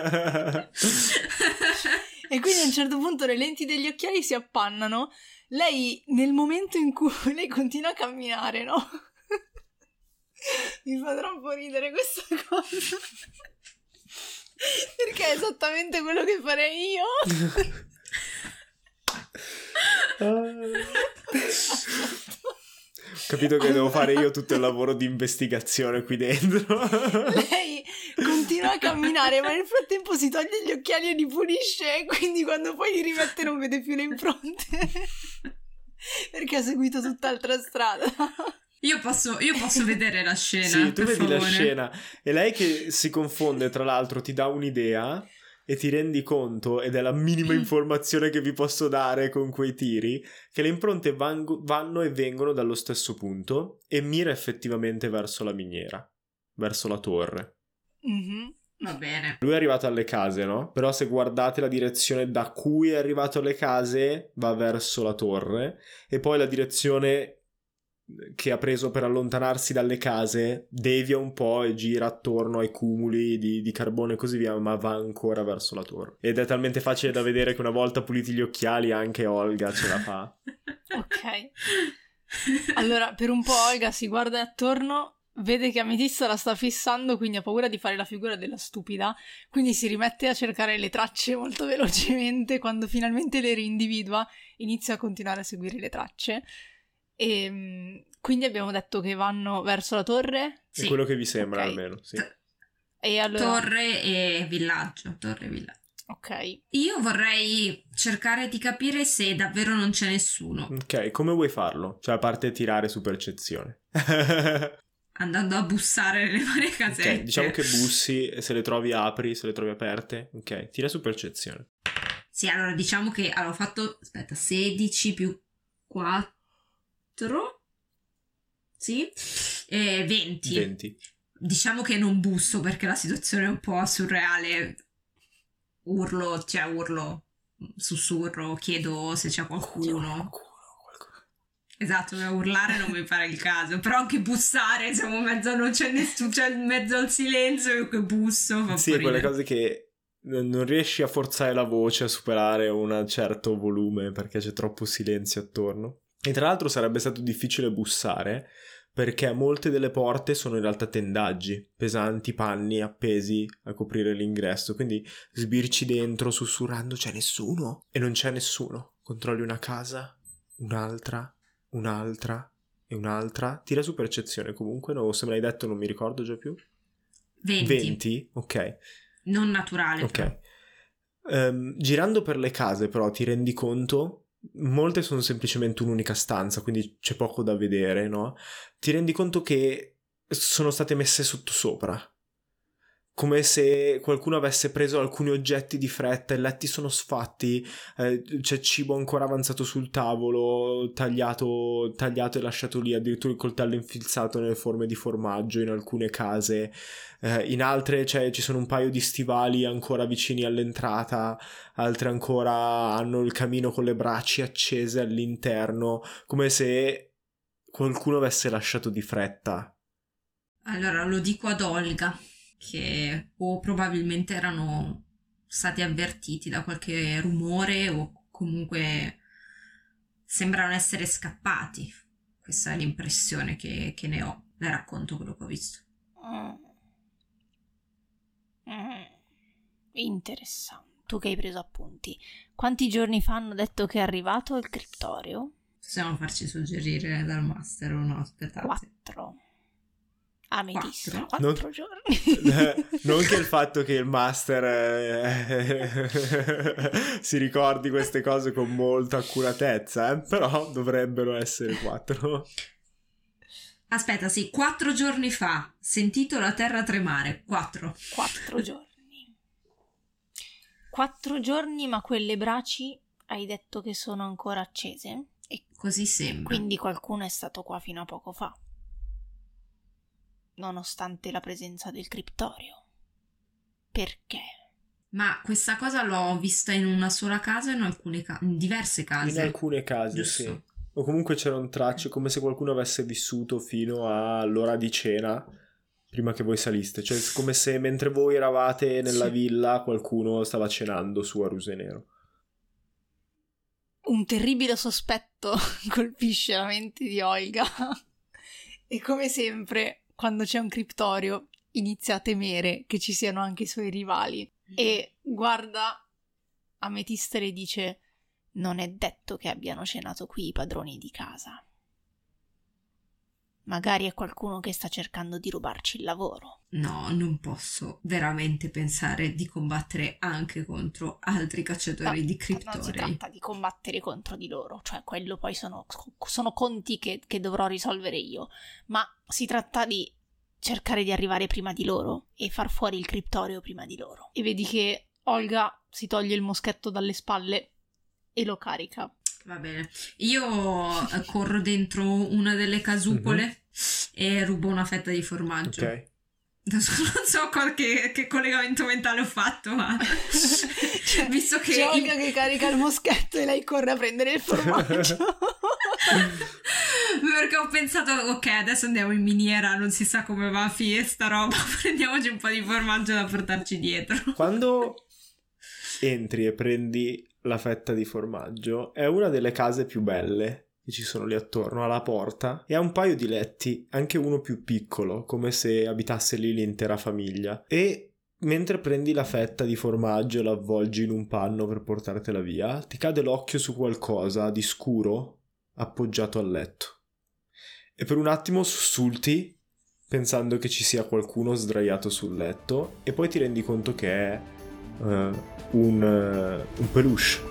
E quindi a un certo punto le lenti degli occhiali si appannano. Lei, nel momento in cui lei continua a camminare, no? Mi fa troppo ridere questa cosa. Perché è esattamente quello che farei io. Ho capito che devo fare io tutto il lavoro di investigazione qui dentro. Lei continua a camminare, ma nel frattempo si toglie gli occhiali e li pulisce, quindi quando poi li rimette non vede più le impronte. Perché ha seguito tutt'altra strada. Io posso, io posso vedere la scena. Sì, tu vedi favore. la scena. E lei che si confonde, tra l'altro, ti dà un'idea e ti rendi conto, ed è la minima informazione che vi posso dare con quei tiri, che le impronte van- vanno e vengono dallo stesso punto e mira effettivamente verso la miniera, verso la torre. Mm-hmm. Va bene. Lui è arrivato alle case, no? Però se guardate la direzione da cui è arrivato alle case, va verso la torre, e poi la direzione che ha preso per allontanarsi dalle case devia un po' e gira attorno ai cumuli di, di carbone e così via, ma va ancora verso la torre. Ed è talmente facile da vedere che una volta puliti gli occhiali anche Olga ce la fa. Ok. Allora, per un po' Olga si guarda attorno, vede che Ametista la sta fissando, quindi ha paura di fare la figura della stupida, quindi si rimette a cercare le tracce molto velocemente. Quando finalmente le rindividua, inizia a continuare a seguire le tracce. E quindi abbiamo detto che vanno verso la torre? Sì. È quello che vi sembra, okay. Almeno, sì. E allora... Torre e villaggio, torre e villaggio. Ok. Io vorrei cercare di capire se davvero non c'è nessuno. Ok, come vuoi farlo? Cioè, a parte tirare su percezione. Andando a bussare nelle varie casette. Ok, diciamo che bussi e se le trovi apri, se le trovi aperte. Ok, tira su percezione. Sì, allora diciamo che allora, ho fatto, aspetta, sedici più quattro. Sì, e venti. venti. Diciamo che non busso perché la situazione è un po' surreale. Urlo, cioè urlo, sussurro, chiedo se c'è qualcuno. Esatto, ma urlare non mi pare il caso. Però anche bussare, siamo in mezzo, non c'è nessuno, c'è in mezzo al silenzio, io che busso. Fa sì, è quelle cose che non riesci a forzare la voce a superare un certo volume perché c'è troppo silenzio attorno. E tra l'altro sarebbe stato difficile bussare perché molte delle porte sono in realtà tendaggi, pesanti panni appesi a coprire l'ingresso, quindi sbirci dentro sussurrando c'è nessuno e non c'è nessuno. Controlli una casa, un'altra, un'altra e un'altra. Tira su percezione comunque, no, se me l'hai detto non mi ricordo già più. venti. venti? Ok. Non naturale. Ok. Um, girando per le case però ti rendi conto... Molte sono semplicemente un'unica stanza, quindi c'è poco da vedere, no? Ti rendi conto che sono state messe sottosopra, come se qualcuno avesse preso alcuni oggetti di fretta, i letti sono sfatti, eh, c'è cibo ancora avanzato sul tavolo, tagliato, tagliato e lasciato lì, addirittura il coltello infilzato nelle forme di formaggio in alcune case. Eh, in altre cioè, ci sono un paio di stivali ancora vicini all'entrata, altre ancora hanno il camino con le braci accese all'interno, come se qualcuno avesse lasciato di fretta. Allora lo dico ad Olga, che o probabilmente erano stati avvertiti da qualche rumore o comunque sembrano essere scappati. Questa è l'impressione che, che ne ho. Le racconto quello che ho visto. Mm. Mm. Interessante. Tu che hai preso appunti, quanti giorni fa hanno detto che è arrivato il criptorio? Possiamo farci suggerire dal master o no? Aspettate. Quattro. Ametista, Quattro, quattro non, giorni. Non che il fatto che il master eh, si ricordi queste cose con molta accuratezza, eh, però dovrebbero essere quattro. Aspetta, sì, quattro giorni fa, sentito la terra tremare, quattro. Quattro giorni. Quattro giorni, ma quelle braci hai detto che sono ancora accese? E così sembra. Quindi qualcuno è stato qua fino a poco fa, nonostante la presenza del criptorio. Perché? Ma questa cosa l'ho vista in una sola casa o in alcune ca- in diverse case? In alcune case, giusto? sì. O comunque c'erano tracce come se qualcuno avesse vissuto fino all'ora di cena prima che voi saliste. Cioè come se mentre voi eravate nella Sì. villa qualcuno stava cenando su a Rusenero. Un terribile sospetto colpisce la mente di Olga. E come sempre, quando c'è un criptorio, inizia a temere che ci siano anche i suoi rivali. E guarda Ametista e dice: non è detto che abbiano cenato qui i padroni di casa. Magari è qualcuno che sta cercando di rubarci il lavoro. No, non posso veramente pensare di combattere anche contro altri cacciatori No, di non si criptorei. tratta di combattere contro di loro, cioè quello poi sono, sono conti che, che dovrò risolvere io, ma si tratta di cercare di arrivare prima di loro e far fuori il criptorio prima di loro. E vedi che Olga si toglie il moschetto dalle spalle e lo carica. Va bene, io eh, corro dentro una delle casupole Mhm. e rubo una fetta di formaggio. Ok. Adesso non so qual- che, che collegamento mentale ho fatto, ma Cioè, visto che c'è in- Olga che carica il moschetto e lei corre a prendere il formaggio. perché ho pensato, ok, adesso andiamo in miniera, non si sa come va a finire sta roba, prendiamoci un po' di formaggio da portarci dietro. Quando entri e prendi la fetta di formaggio, è una delle case più belle che ci sono lì attorno, alla porta, e ha un paio di letti, anche uno più piccolo, come se abitasse lì l'intera famiglia. E mentre prendi la fetta di formaggio e la avvolgi in un panno per portartela via, ti cade l'occhio su qualcosa di scuro appoggiato al letto. E per un attimo sussulti, pensando che ci sia qualcuno sdraiato sul letto, e poi ti rendi conto che è uh, un, uh, un peluche.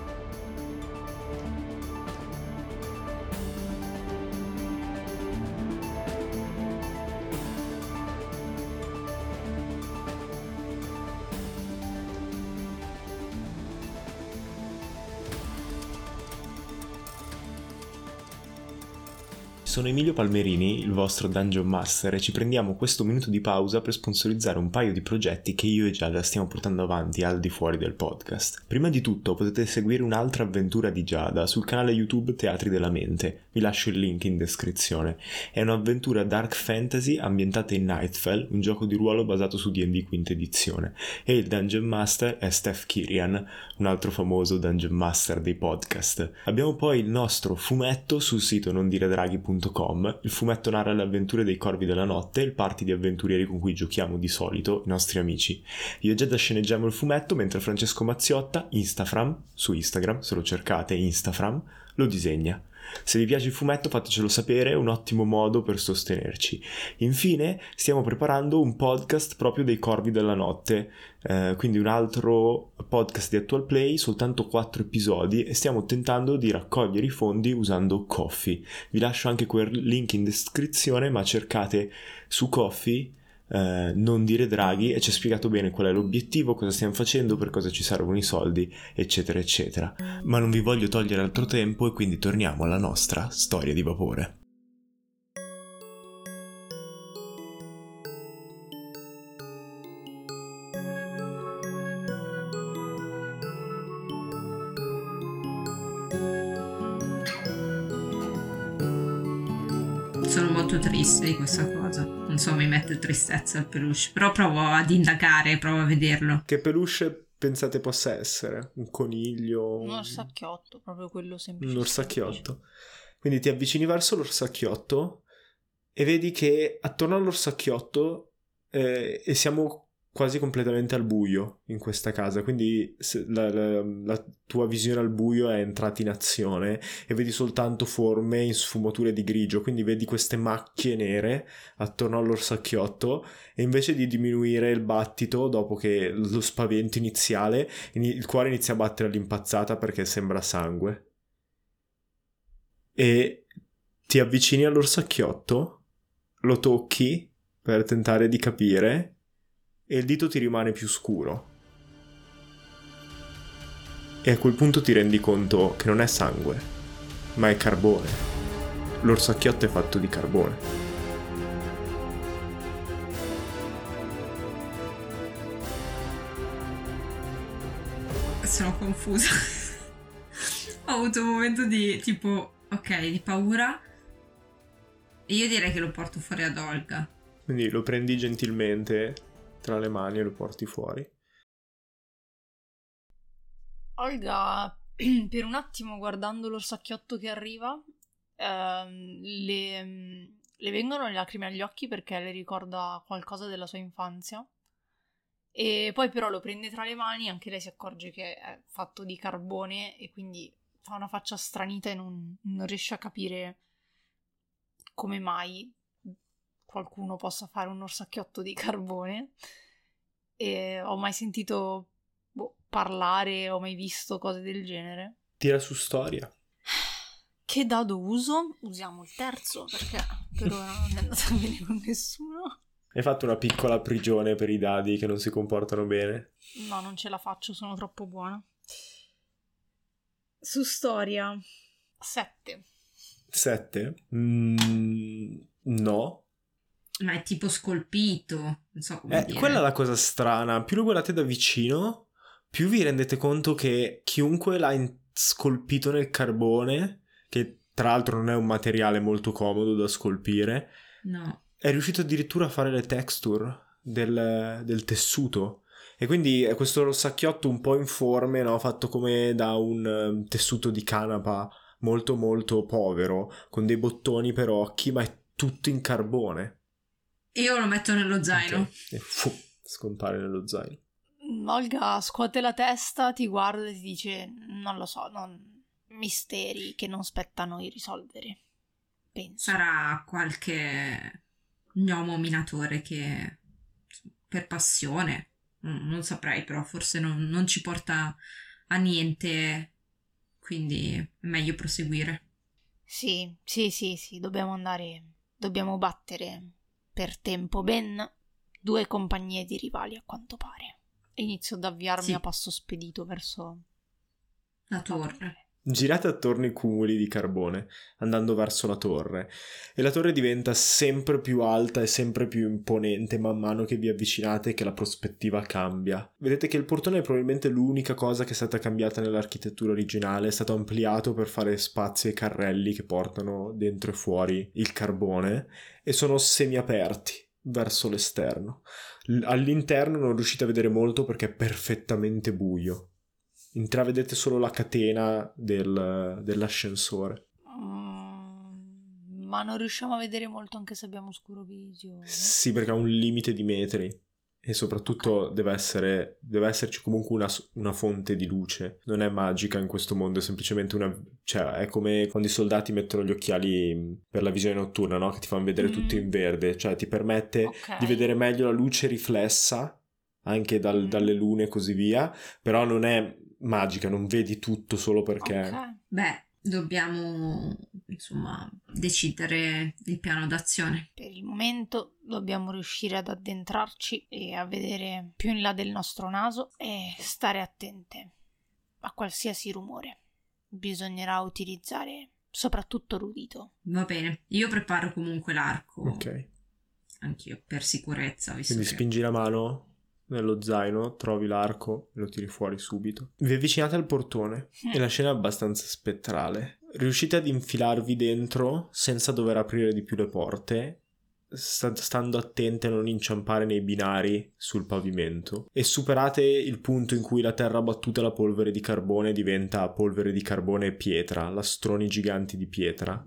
Sono Emilio Palmerini, il vostro Dungeon Master, e ci prendiamo questo minuto di pausa per sponsorizzare un paio di progetti che io e Giada stiamo portando avanti al di fuori del podcast. Prima di tutto potete seguire un'altra avventura di Giada sul canale YouTube Teatri della Mente, vi lascio il link in descrizione. È un'avventura dark fantasy ambientata in Nightfell, un gioco di ruolo basato su D and D quinta edizione, e il Dungeon Master è Steph Kirian, un altro famoso Dungeon Master dei podcast. Abbiamo poi il nostro fumetto sul sito non dire draghi punto com. Il fumetto narra le avventure dei Corvi della Notte, il party di avventurieri con cui giochiamo di solito, i nostri amici. Io e Giada sceneggiamo il fumetto, mentre Francesco Mazziotta, Instafram, su Instagram, se lo cercate Instafram, lo disegna. Se vi piace il fumetto fatecelo sapere, è un ottimo modo per sostenerci. Infine stiamo preparando un podcast proprio dei Corvi della Notte, eh, quindi un altro podcast di Actual Play, soltanto quattro episodi, e stiamo tentando di raccogliere i fondi usando Ko-fi. Vi lascio anche quel link in descrizione, ma cercate su Ko-fi Eh, non dire draghi e ci ha spiegato bene qual è l'obiettivo, cosa stiamo facendo, per cosa ci servono i soldi, eccetera eccetera. Ma non vi voglio togliere altro tempo e quindi torniamo alla nostra storia di vapore. Sono molto triste di questa cosa. Non so, mi mette tristezza il peluche. Però provo ad indagare, provo a vederlo. Che peluche pensate possa essere? Un coniglio? Un orsacchiotto, proprio quello semplice. Un orsacchiotto. Quindi ti avvicini verso l'orsacchiotto e vedi che attorno all'orsacchiotto eh, e siamo quasi completamente al buio in questa casa, quindi se la, la, la tua visione al buio è entrata in azione e vedi soltanto forme in sfumature di grigio, quindi vedi queste macchie nere attorno all'orsacchiotto e invece di diminuire il battito dopo che lo spavento iniziale, il cuore inizia a battere all'impazzata perché sembra sangue. E ti avvicini all'orsacchiotto, lo tocchi per tentare di capire e il dito ti rimane più scuro. E a quel punto ti rendi conto che non è sangue, ma è carbone. L'orsacchiotto è fatto di carbone. Sono confusa. Ho avuto un momento di tipo, Ok, di paura. Io direi che lo porto fuori ad Olga. Quindi lo prendi gentilmente tra le mani e lo porti fuori. Olga, per un attimo guardando l'orsacchiotto che arriva, ehm, le, le vengono le lacrime agli occhi perché le ricorda qualcosa della sua infanzia. E poi però lo prende tra le mani, anche lei si accorge che è fatto di carbone e quindi fa una faccia stranita e non, non riesce a capire come mai qualcuno possa fare un orsacchiotto di carbone. E ho mai sentito boh, parlare, ho mai visto cose del genere. Tira su storia. Che dado uso? Usiamo il terzo perché per ora non è andata bene con nessuno. Hai fatto una piccola prigione per i dadi che non si comportano bene? No, non ce la faccio, sono troppo buona. Su storia sette. Sette? Mm, no. Ma è tipo scolpito, non so come Eh, dire. quella è la cosa strana. Più lo guardate da vicino, più vi rendete conto che chiunque l'ha in- scolpito nel carbone, che tra l'altro non è un materiale molto comodo da scolpire, No. è riuscito addirittura a fare le texture del, del tessuto. E quindi è questo sacchiotto un po' informe, no? Fatto come da un um, tessuto di canapa molto molto povero, con dei bottoni per occhi, ma è tutto in carbone. Io lo metto nello zaino. Ok. E fu, scompare nello zaino. Olga scuote la testa, ti guarda e ti dice: non lo so, non... misteri che non spetta a noi risolvere. Penso. Sarà qualche gnomo minatore che per passione, non, non saprei, però forse non, non ci porta a niente, quindi è meglio proseguire. Sì, sì, sì, sì, dobbiamo andare, dobbiamo battere per tempo ben due compagnie di rivali a quanto pare. E inizio ad avviarmi Sì. a passo spedito verso La torre. Girate attorno i cumuli di carbone, andando verso la torre, e la torre diventa sempre più alta e sempre più imponente man mano che vi avvicinate e che la prospettiva cambia. Vedete che il portone è probabilmente l'unica cosa che è stata cambiata nell'architettura originale, è stato ampliato per fare spazi ai carrelli che portano dentro e fuori il carbone, e sono semiaperti verso l'esterno. L- all'interno non riuscite a vedere molto perché è perfettamente buio. Intravedete solo la catena del, dell'ascensore. Mm, ma non riusciamo a vedere molto anche se abbiamo oscurovisione. Sì, perché ha un limite di metri e soprattutto deve essere deve esserci comunque una, una fonte di luce. Non è magica in questo mondo, è semplicemente una, cioè è come quando i soldati mettono gli occhiali per la visione notturna, no? Che ti fanno vedere Mm. tutto in verde, cioè ti permette Ok. di vedere meglio la luce riflessa anche dal- Mm. dalle lune e così via, però non è magica, non vedi tutto solo perché Ok. Beh, dobbiamo insomma decidere il piano d'azione. Per il momento dobbiamo riuscire ad addentrarci e a vedere più in là del nostro naso e stare attente a qualsiasi rumore. Bisognerà utilizzare soprattutto l'udito. Va bene, io preparo comunque l'arco, ok. anch'io, per sicurezza, visto Quindi che... spingi la mano nello zaino, trovi l'arco e lo tiri fuori subito. Vi avvicinate al portone e la scena è abbastanza spettrale. Riuscite ad infilarvi dentro senza dover aprire di più le porte, sta- stando attente a non inciampare nei binari sul pavimento, e superate il punto in cui la terra battuta e la polvere di carbone diventa polvere di carbone e pietra, lastroni giganti di pietra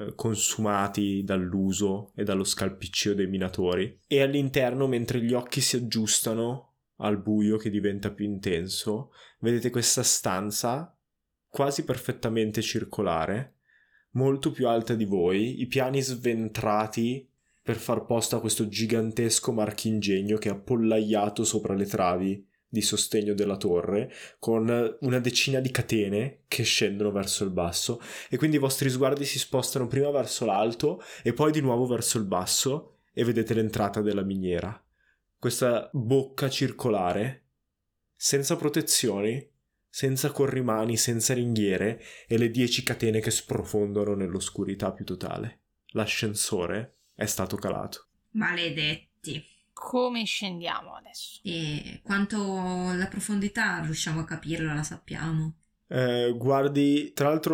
consumati dall'uso e dallo scalpiccio dei minatori, e all'interno, mentre gli occhi si aggiustano al buio che diventa più intenso, vedete questa stanza quasi perfettamente circolare, molto più alta di voi, i piani sventrati per far posto a questo gigantesco marchingegno che è appollaiato sopra le travi di sostegno della torre, con una decina di catene che scendono verso il basso, e quindi i vostri sguardi si spostano prima verso l'alto e poi di nuovo verso il basso e vedete l'entrata della miniera. Questa bocca circolare, senza protezioni, senza corrimani, senza ringhiere, e le dieci catene che sprofondano nell'oscurità più totale. L'ascensore è stato calato. Maledetti. Come scendiamo adesso? E quanto la profondità riusciamo a capirla, la sappiamo. Eh, guardi, tra l'altro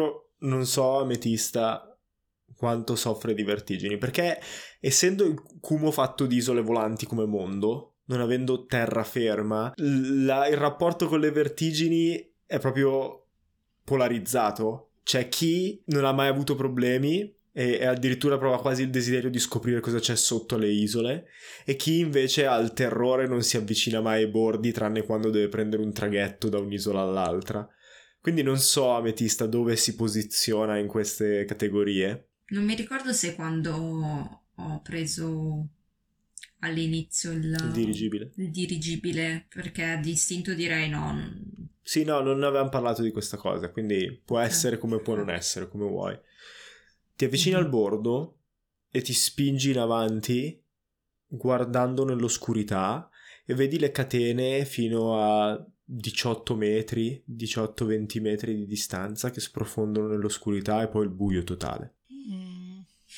non so Ametista quanto soffre di vertigini, perché essendo il Cumo fatto di isole volanti come mondo, non avendo terraferma, la, il rapporto con le vertigini è proprio polarizzato. C'è chi non ha mai avuto problemi e, e addirittura prova quasi il desiderio di scoprire cosa c'è sotto le isole, e chi invece ha il terrore, non si avvicina mai ai bordi tranne quando deve prendere un traghetto da un'isola all'altra. Quindi non so Ametista dove si posiziona in queste categorie. Non mi ricordo se quando ho preso all'inizio il, il dirigibile. il dirigibile, perché a distinto direi no. Sì, no, non avevamo parlato di questa cosa, quindi può essere come può non essere, come vuoi. Ti avvicini mm-hmm. al bordo e ti spingi in avanti guardando nell'oscurità e vedi le catene fino a diciotto metri, diciotto venti metri di distanza che sprofondano nell'oscurità e poi il buio totale. Mm.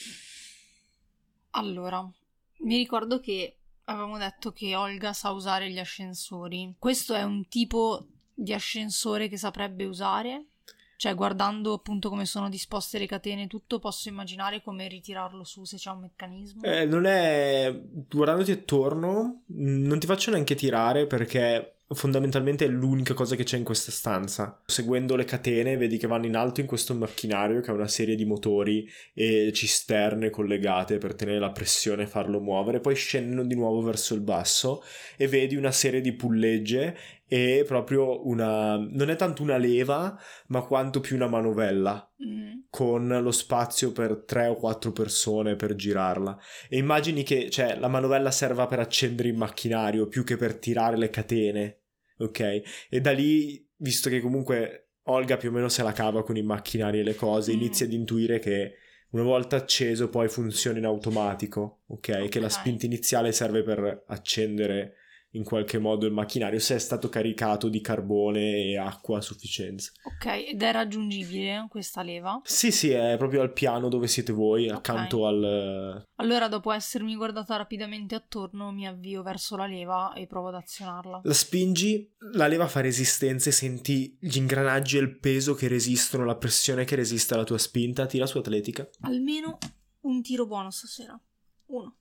Allora, mi ricordo che avevamo detto che Olga sa usare gli ascensori. Questo è un tipo di ascensore che saprebbe usare? Cioè, guardando appunto come sono disposte le catene e tutto, posso immaginare come ritirarlo su se c'è un meccanismo? Eh, non è... Guardandoti attorno, non ti faccio neanche tirare perché fondamentalmente è l'unica cosa che c'è in questa stanza. Seguendo le catene vedi che vanno in alto in questo macchinario che ha una serie di motori e cisterne collegate per tenere la pressione e farlo muovere, poi scendono di nuovo verso il basso e vedi una serie di pullegge e proprio una... non è tanto una leva ma quanto più una manovella mm. con lo spazio per tre o quattro persone per girarla, e immagini che cioè, la manovella serva per accendere il macchinario più che per tirare le catene, ok? E da lì, visto che comunque Olga più o meno se la cava con i macchinari e le cose, mm. inizia ad intuire che una volta acceso poi funziona in automatico, ok? okay. Che la spinta iniziale serve per accendere in qualche modo il macchinario se è stato caricato di carbone e acqua a sufficienza. Ok, ed è raggiungibile questa leva? Sì, sì, è proprio al piano dove siete voi, okay. accanto al... Allora, dopo essermi guardata rapidamente attorno, mi avvio verso la leva e provo ad azionarla. La spingi, la leva fa resistenza e senti gli ingranaggi e il peso che resistono, la pressione che resiste alla tua spinta. Tira su atletica. Almeno un tiro buono stasera. Uno.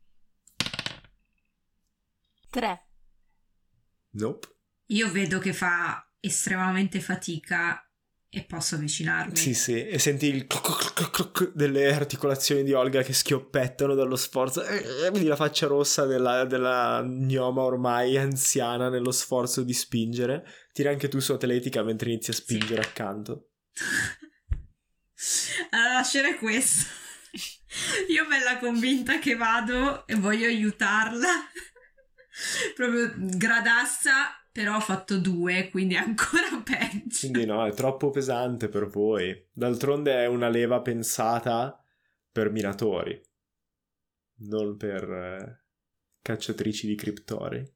Tre. Nope. Io vedo che fa estremamente fatica e posso avvicinarmi. Sì, sì, e senti il cloc cloc cloc delle articolazioni di Olga che schioppettano dallo sforzo. E vedi la faccia rossa della, della gnoma ormai anziana nello sforzo di spingere. Tira anche tu su atletica mentre inizi a spingere sì. accanto. Allora, la scena è questa. Io bella convinta che vado e voglio aiutarla. Proprio gradassa, però ho fatto due, quindi è ancora peggio. Quindi no, è troppo pesante per voi. D'altronde è una leva pensata per minatori, non per eh, cacciatrici di criptori.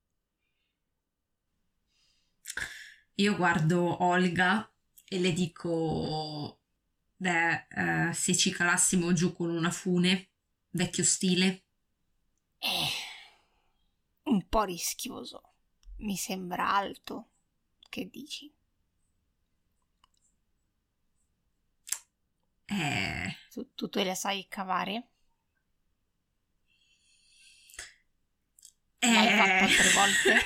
Io guardo Olga e le dico: beh, eh, se ci calassimo giù con una fune, vecchio stile. Eh... Un po' rischioso. Mi sembra alto. Che dici? Eh... Tu, tu te le sai cavare? Eh... L'hai fatto altre volte?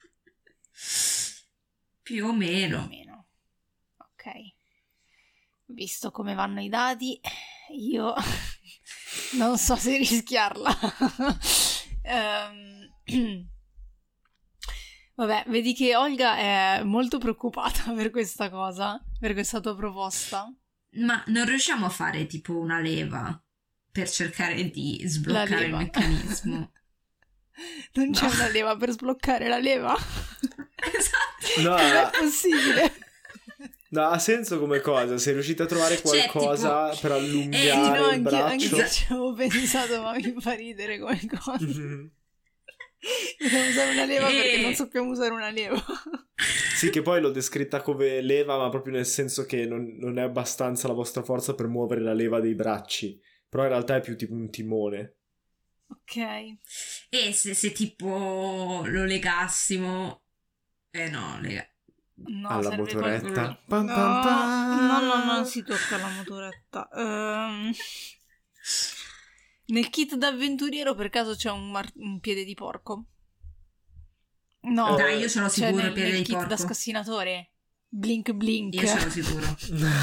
Più o meno. Più o meno. Ok. Visto come vanno i dadi, io non so se rischiarla. um... Vabbè, vedi che Olga è molto preoccupata per questa cosa, per questa tua proposta. Ma non riusciamo a fare tipo una leva per cercare di sbloccare il meccanismo? Non no. c'è una leva per sbloccare la leva? Esatto. No, non è possibile. No, ha senso come cosa. Sei riuscita a trovare qualcosa cioè, tipo, per allungare eh, no, il anche, braccio? Anche ci avevo pensato, ma mi fa ridere come cosa. Mm-hmm. Dobbiamo usare una leva e... perché non sappiamo usare una leva. Sì, che poi l'ho descritta come leva, ma proprio nel senso che non, non è abbastanza la vostra forza per muovere la leva dei bracci. Però in realtà è più tipo un timone. Ok. E se, se tipo lo legassimo... Eh no, lega... No, alla motoretta. Qualcuno... Pam, pam, pam. No, no, no, non si tocca la motoretta. Um, nel kit d'avventuriero per caso c'è un, mar- un piede di porco? No, dai, io ce l'ho sicuro, nel, il piede nel di kit porco. da scassinatore. Blink blink. Io ce l'ho sicuro.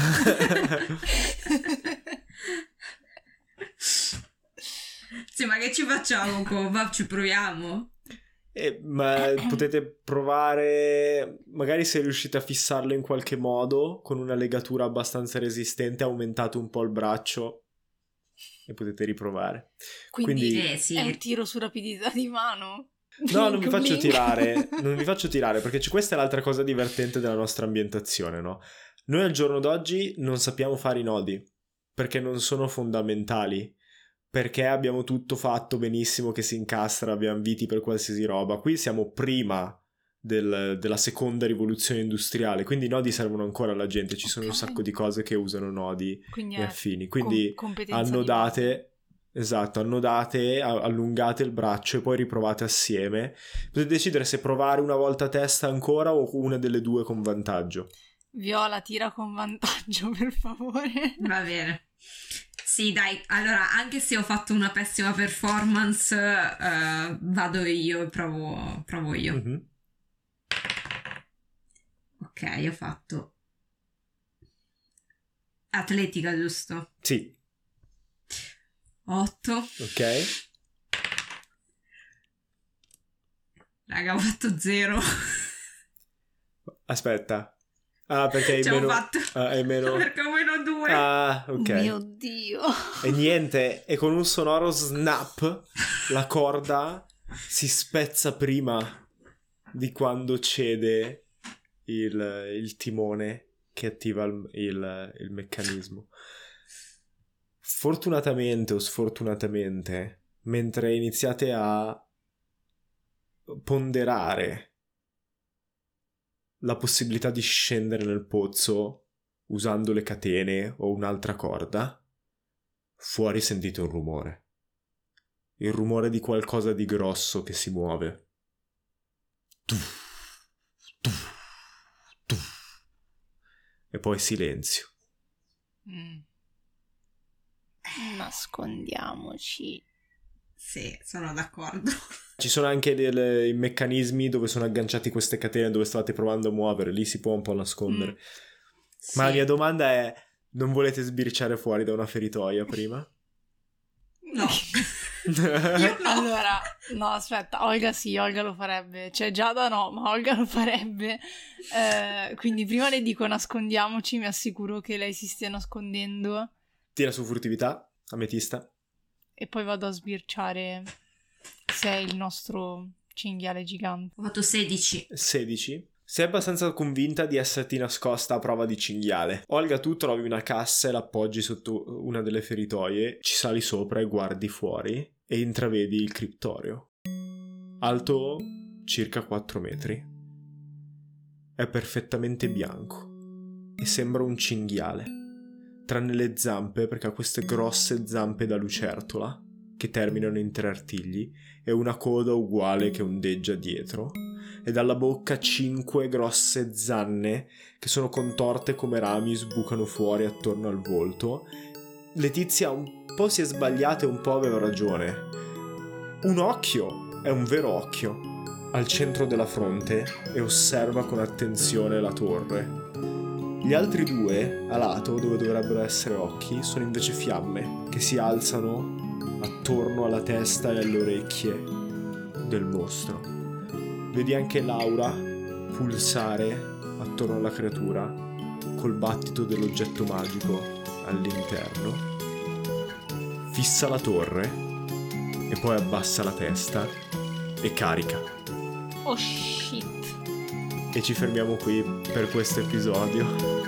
Sì, ma che ci facciamo, Cova? Ci proviamo? Eh, ma potete provare, magari se riuscite a fissarlo in qualche modo con una legatura abbastanza resistente, aumentate un po' il braccio e potete riprovare. Quindi, Quindi eh, sì. è un tiro su rapidità di mano. no, non vi Blink, faccio blink. tirare, non vi faccio tirare perché c- questa è l'altra cosa divertente della nostra ambientazione, no? Noi al giorno d'oggi non sappiamo fare i nodi perché non sono fondamentali, perché abbiamo tutto fatto benissimo che si incastra, abbiamo viti per qualsiasi roba. Qui siamo prima del- della seconda rivoluzione industriale, quindi i nodi servono ancora alla gente, ci sono Ok. un sacco di cose che usano nodi Quindi e è affini, quindi com- competenza di base. annodate. Esatto, annodate, a- allungate il braccio e poi riprovate assieme. Potete decidere se provare una volta a testa ancora o una delle due con vantaggio. Viola, tira con vantaggio, per favore. Va bene. Sì, dai, allora, anche se ho fatto una pessima performance, eh, vado io e provo, provo io. Mhm. Ok, ho fatto atletica, giusto? Sì, otto. ok. Raga, ho fatto zero. Aspetta. Ah, perché hai Ce l'ho meno... fatto. ah, hai meno... Perché ho meno due. Ah, ok. Mio Dio. E niente, e con un sonoro snap la corda si spezza prima di quando cede il, il timone che attiva il, il, il meccanismo. Fortunatamente o sfortunatamente, mentre iniziate a ponderare la possibilità di scendere nel pozzo usando le catene o un'altra corda, fuori sentite un rumore. Il rumore di qualcosa di grosso che si muove. Tuff, tuff, tuff. E poi silenzio. Mm. Nascondiamoci. Sì, sono d'accordo. Ci sono anche delle- i meccanismi dove sono agganciati queste catene dove stavate provando a muovere, lì si può un po' nascondere. Mm. Ma la Sì. mia domanda è: non volete sbirciare fuori da una feritoia prima? No. Io no. Allora, no, aspetta, Olga sì, Olga lo farebbe. Cioè, Giada no, ma Olga lo farebbe. Eh, quindi prima le dico nascondiamoci, mi assicuro che lei si stia nascondendo Tira su furtività, ametista. e poi vado a sbirciare se è il nostro cinghiale gigante. Ho fatto sedici. sedici. Sei abbastanza convinta di esserti nascosta a prova di cinghiale. Olga, tu trovi una cassa e l'appoggi sotto una delle feritoie, ci sali sopra e guardi fuori e intravedi il criptorio. Alto circa quattro metri. È perfettamente bianco e sembra un cinghiale, tranne le zampe, perché ha queste grosse zampe da lucertola che terminano in tre artigli e una coda uguale che ondeggia dietro. E dalla bocca cinque grosse zanne che sono contorte come rami sbucano fuori attorno al volto. Letizia un po' si è sbagliata e un po' aveva ragione. Un occhio è un vero occhio al centro della fronte e osserva con attenzione la torre. Gli altri due a lato, dove dovrebbero essere occhi, sono invece fiamme che si alzano attorno alla testa e alle orecchie del mostro. Vedi anche Laura pulsare attorno alla creatura col battito dell'oggetto magico all'interno. Fissa la torre e poi abbassa la testa e carica. Oh shit. E ci fermiamo qui per questo episodio.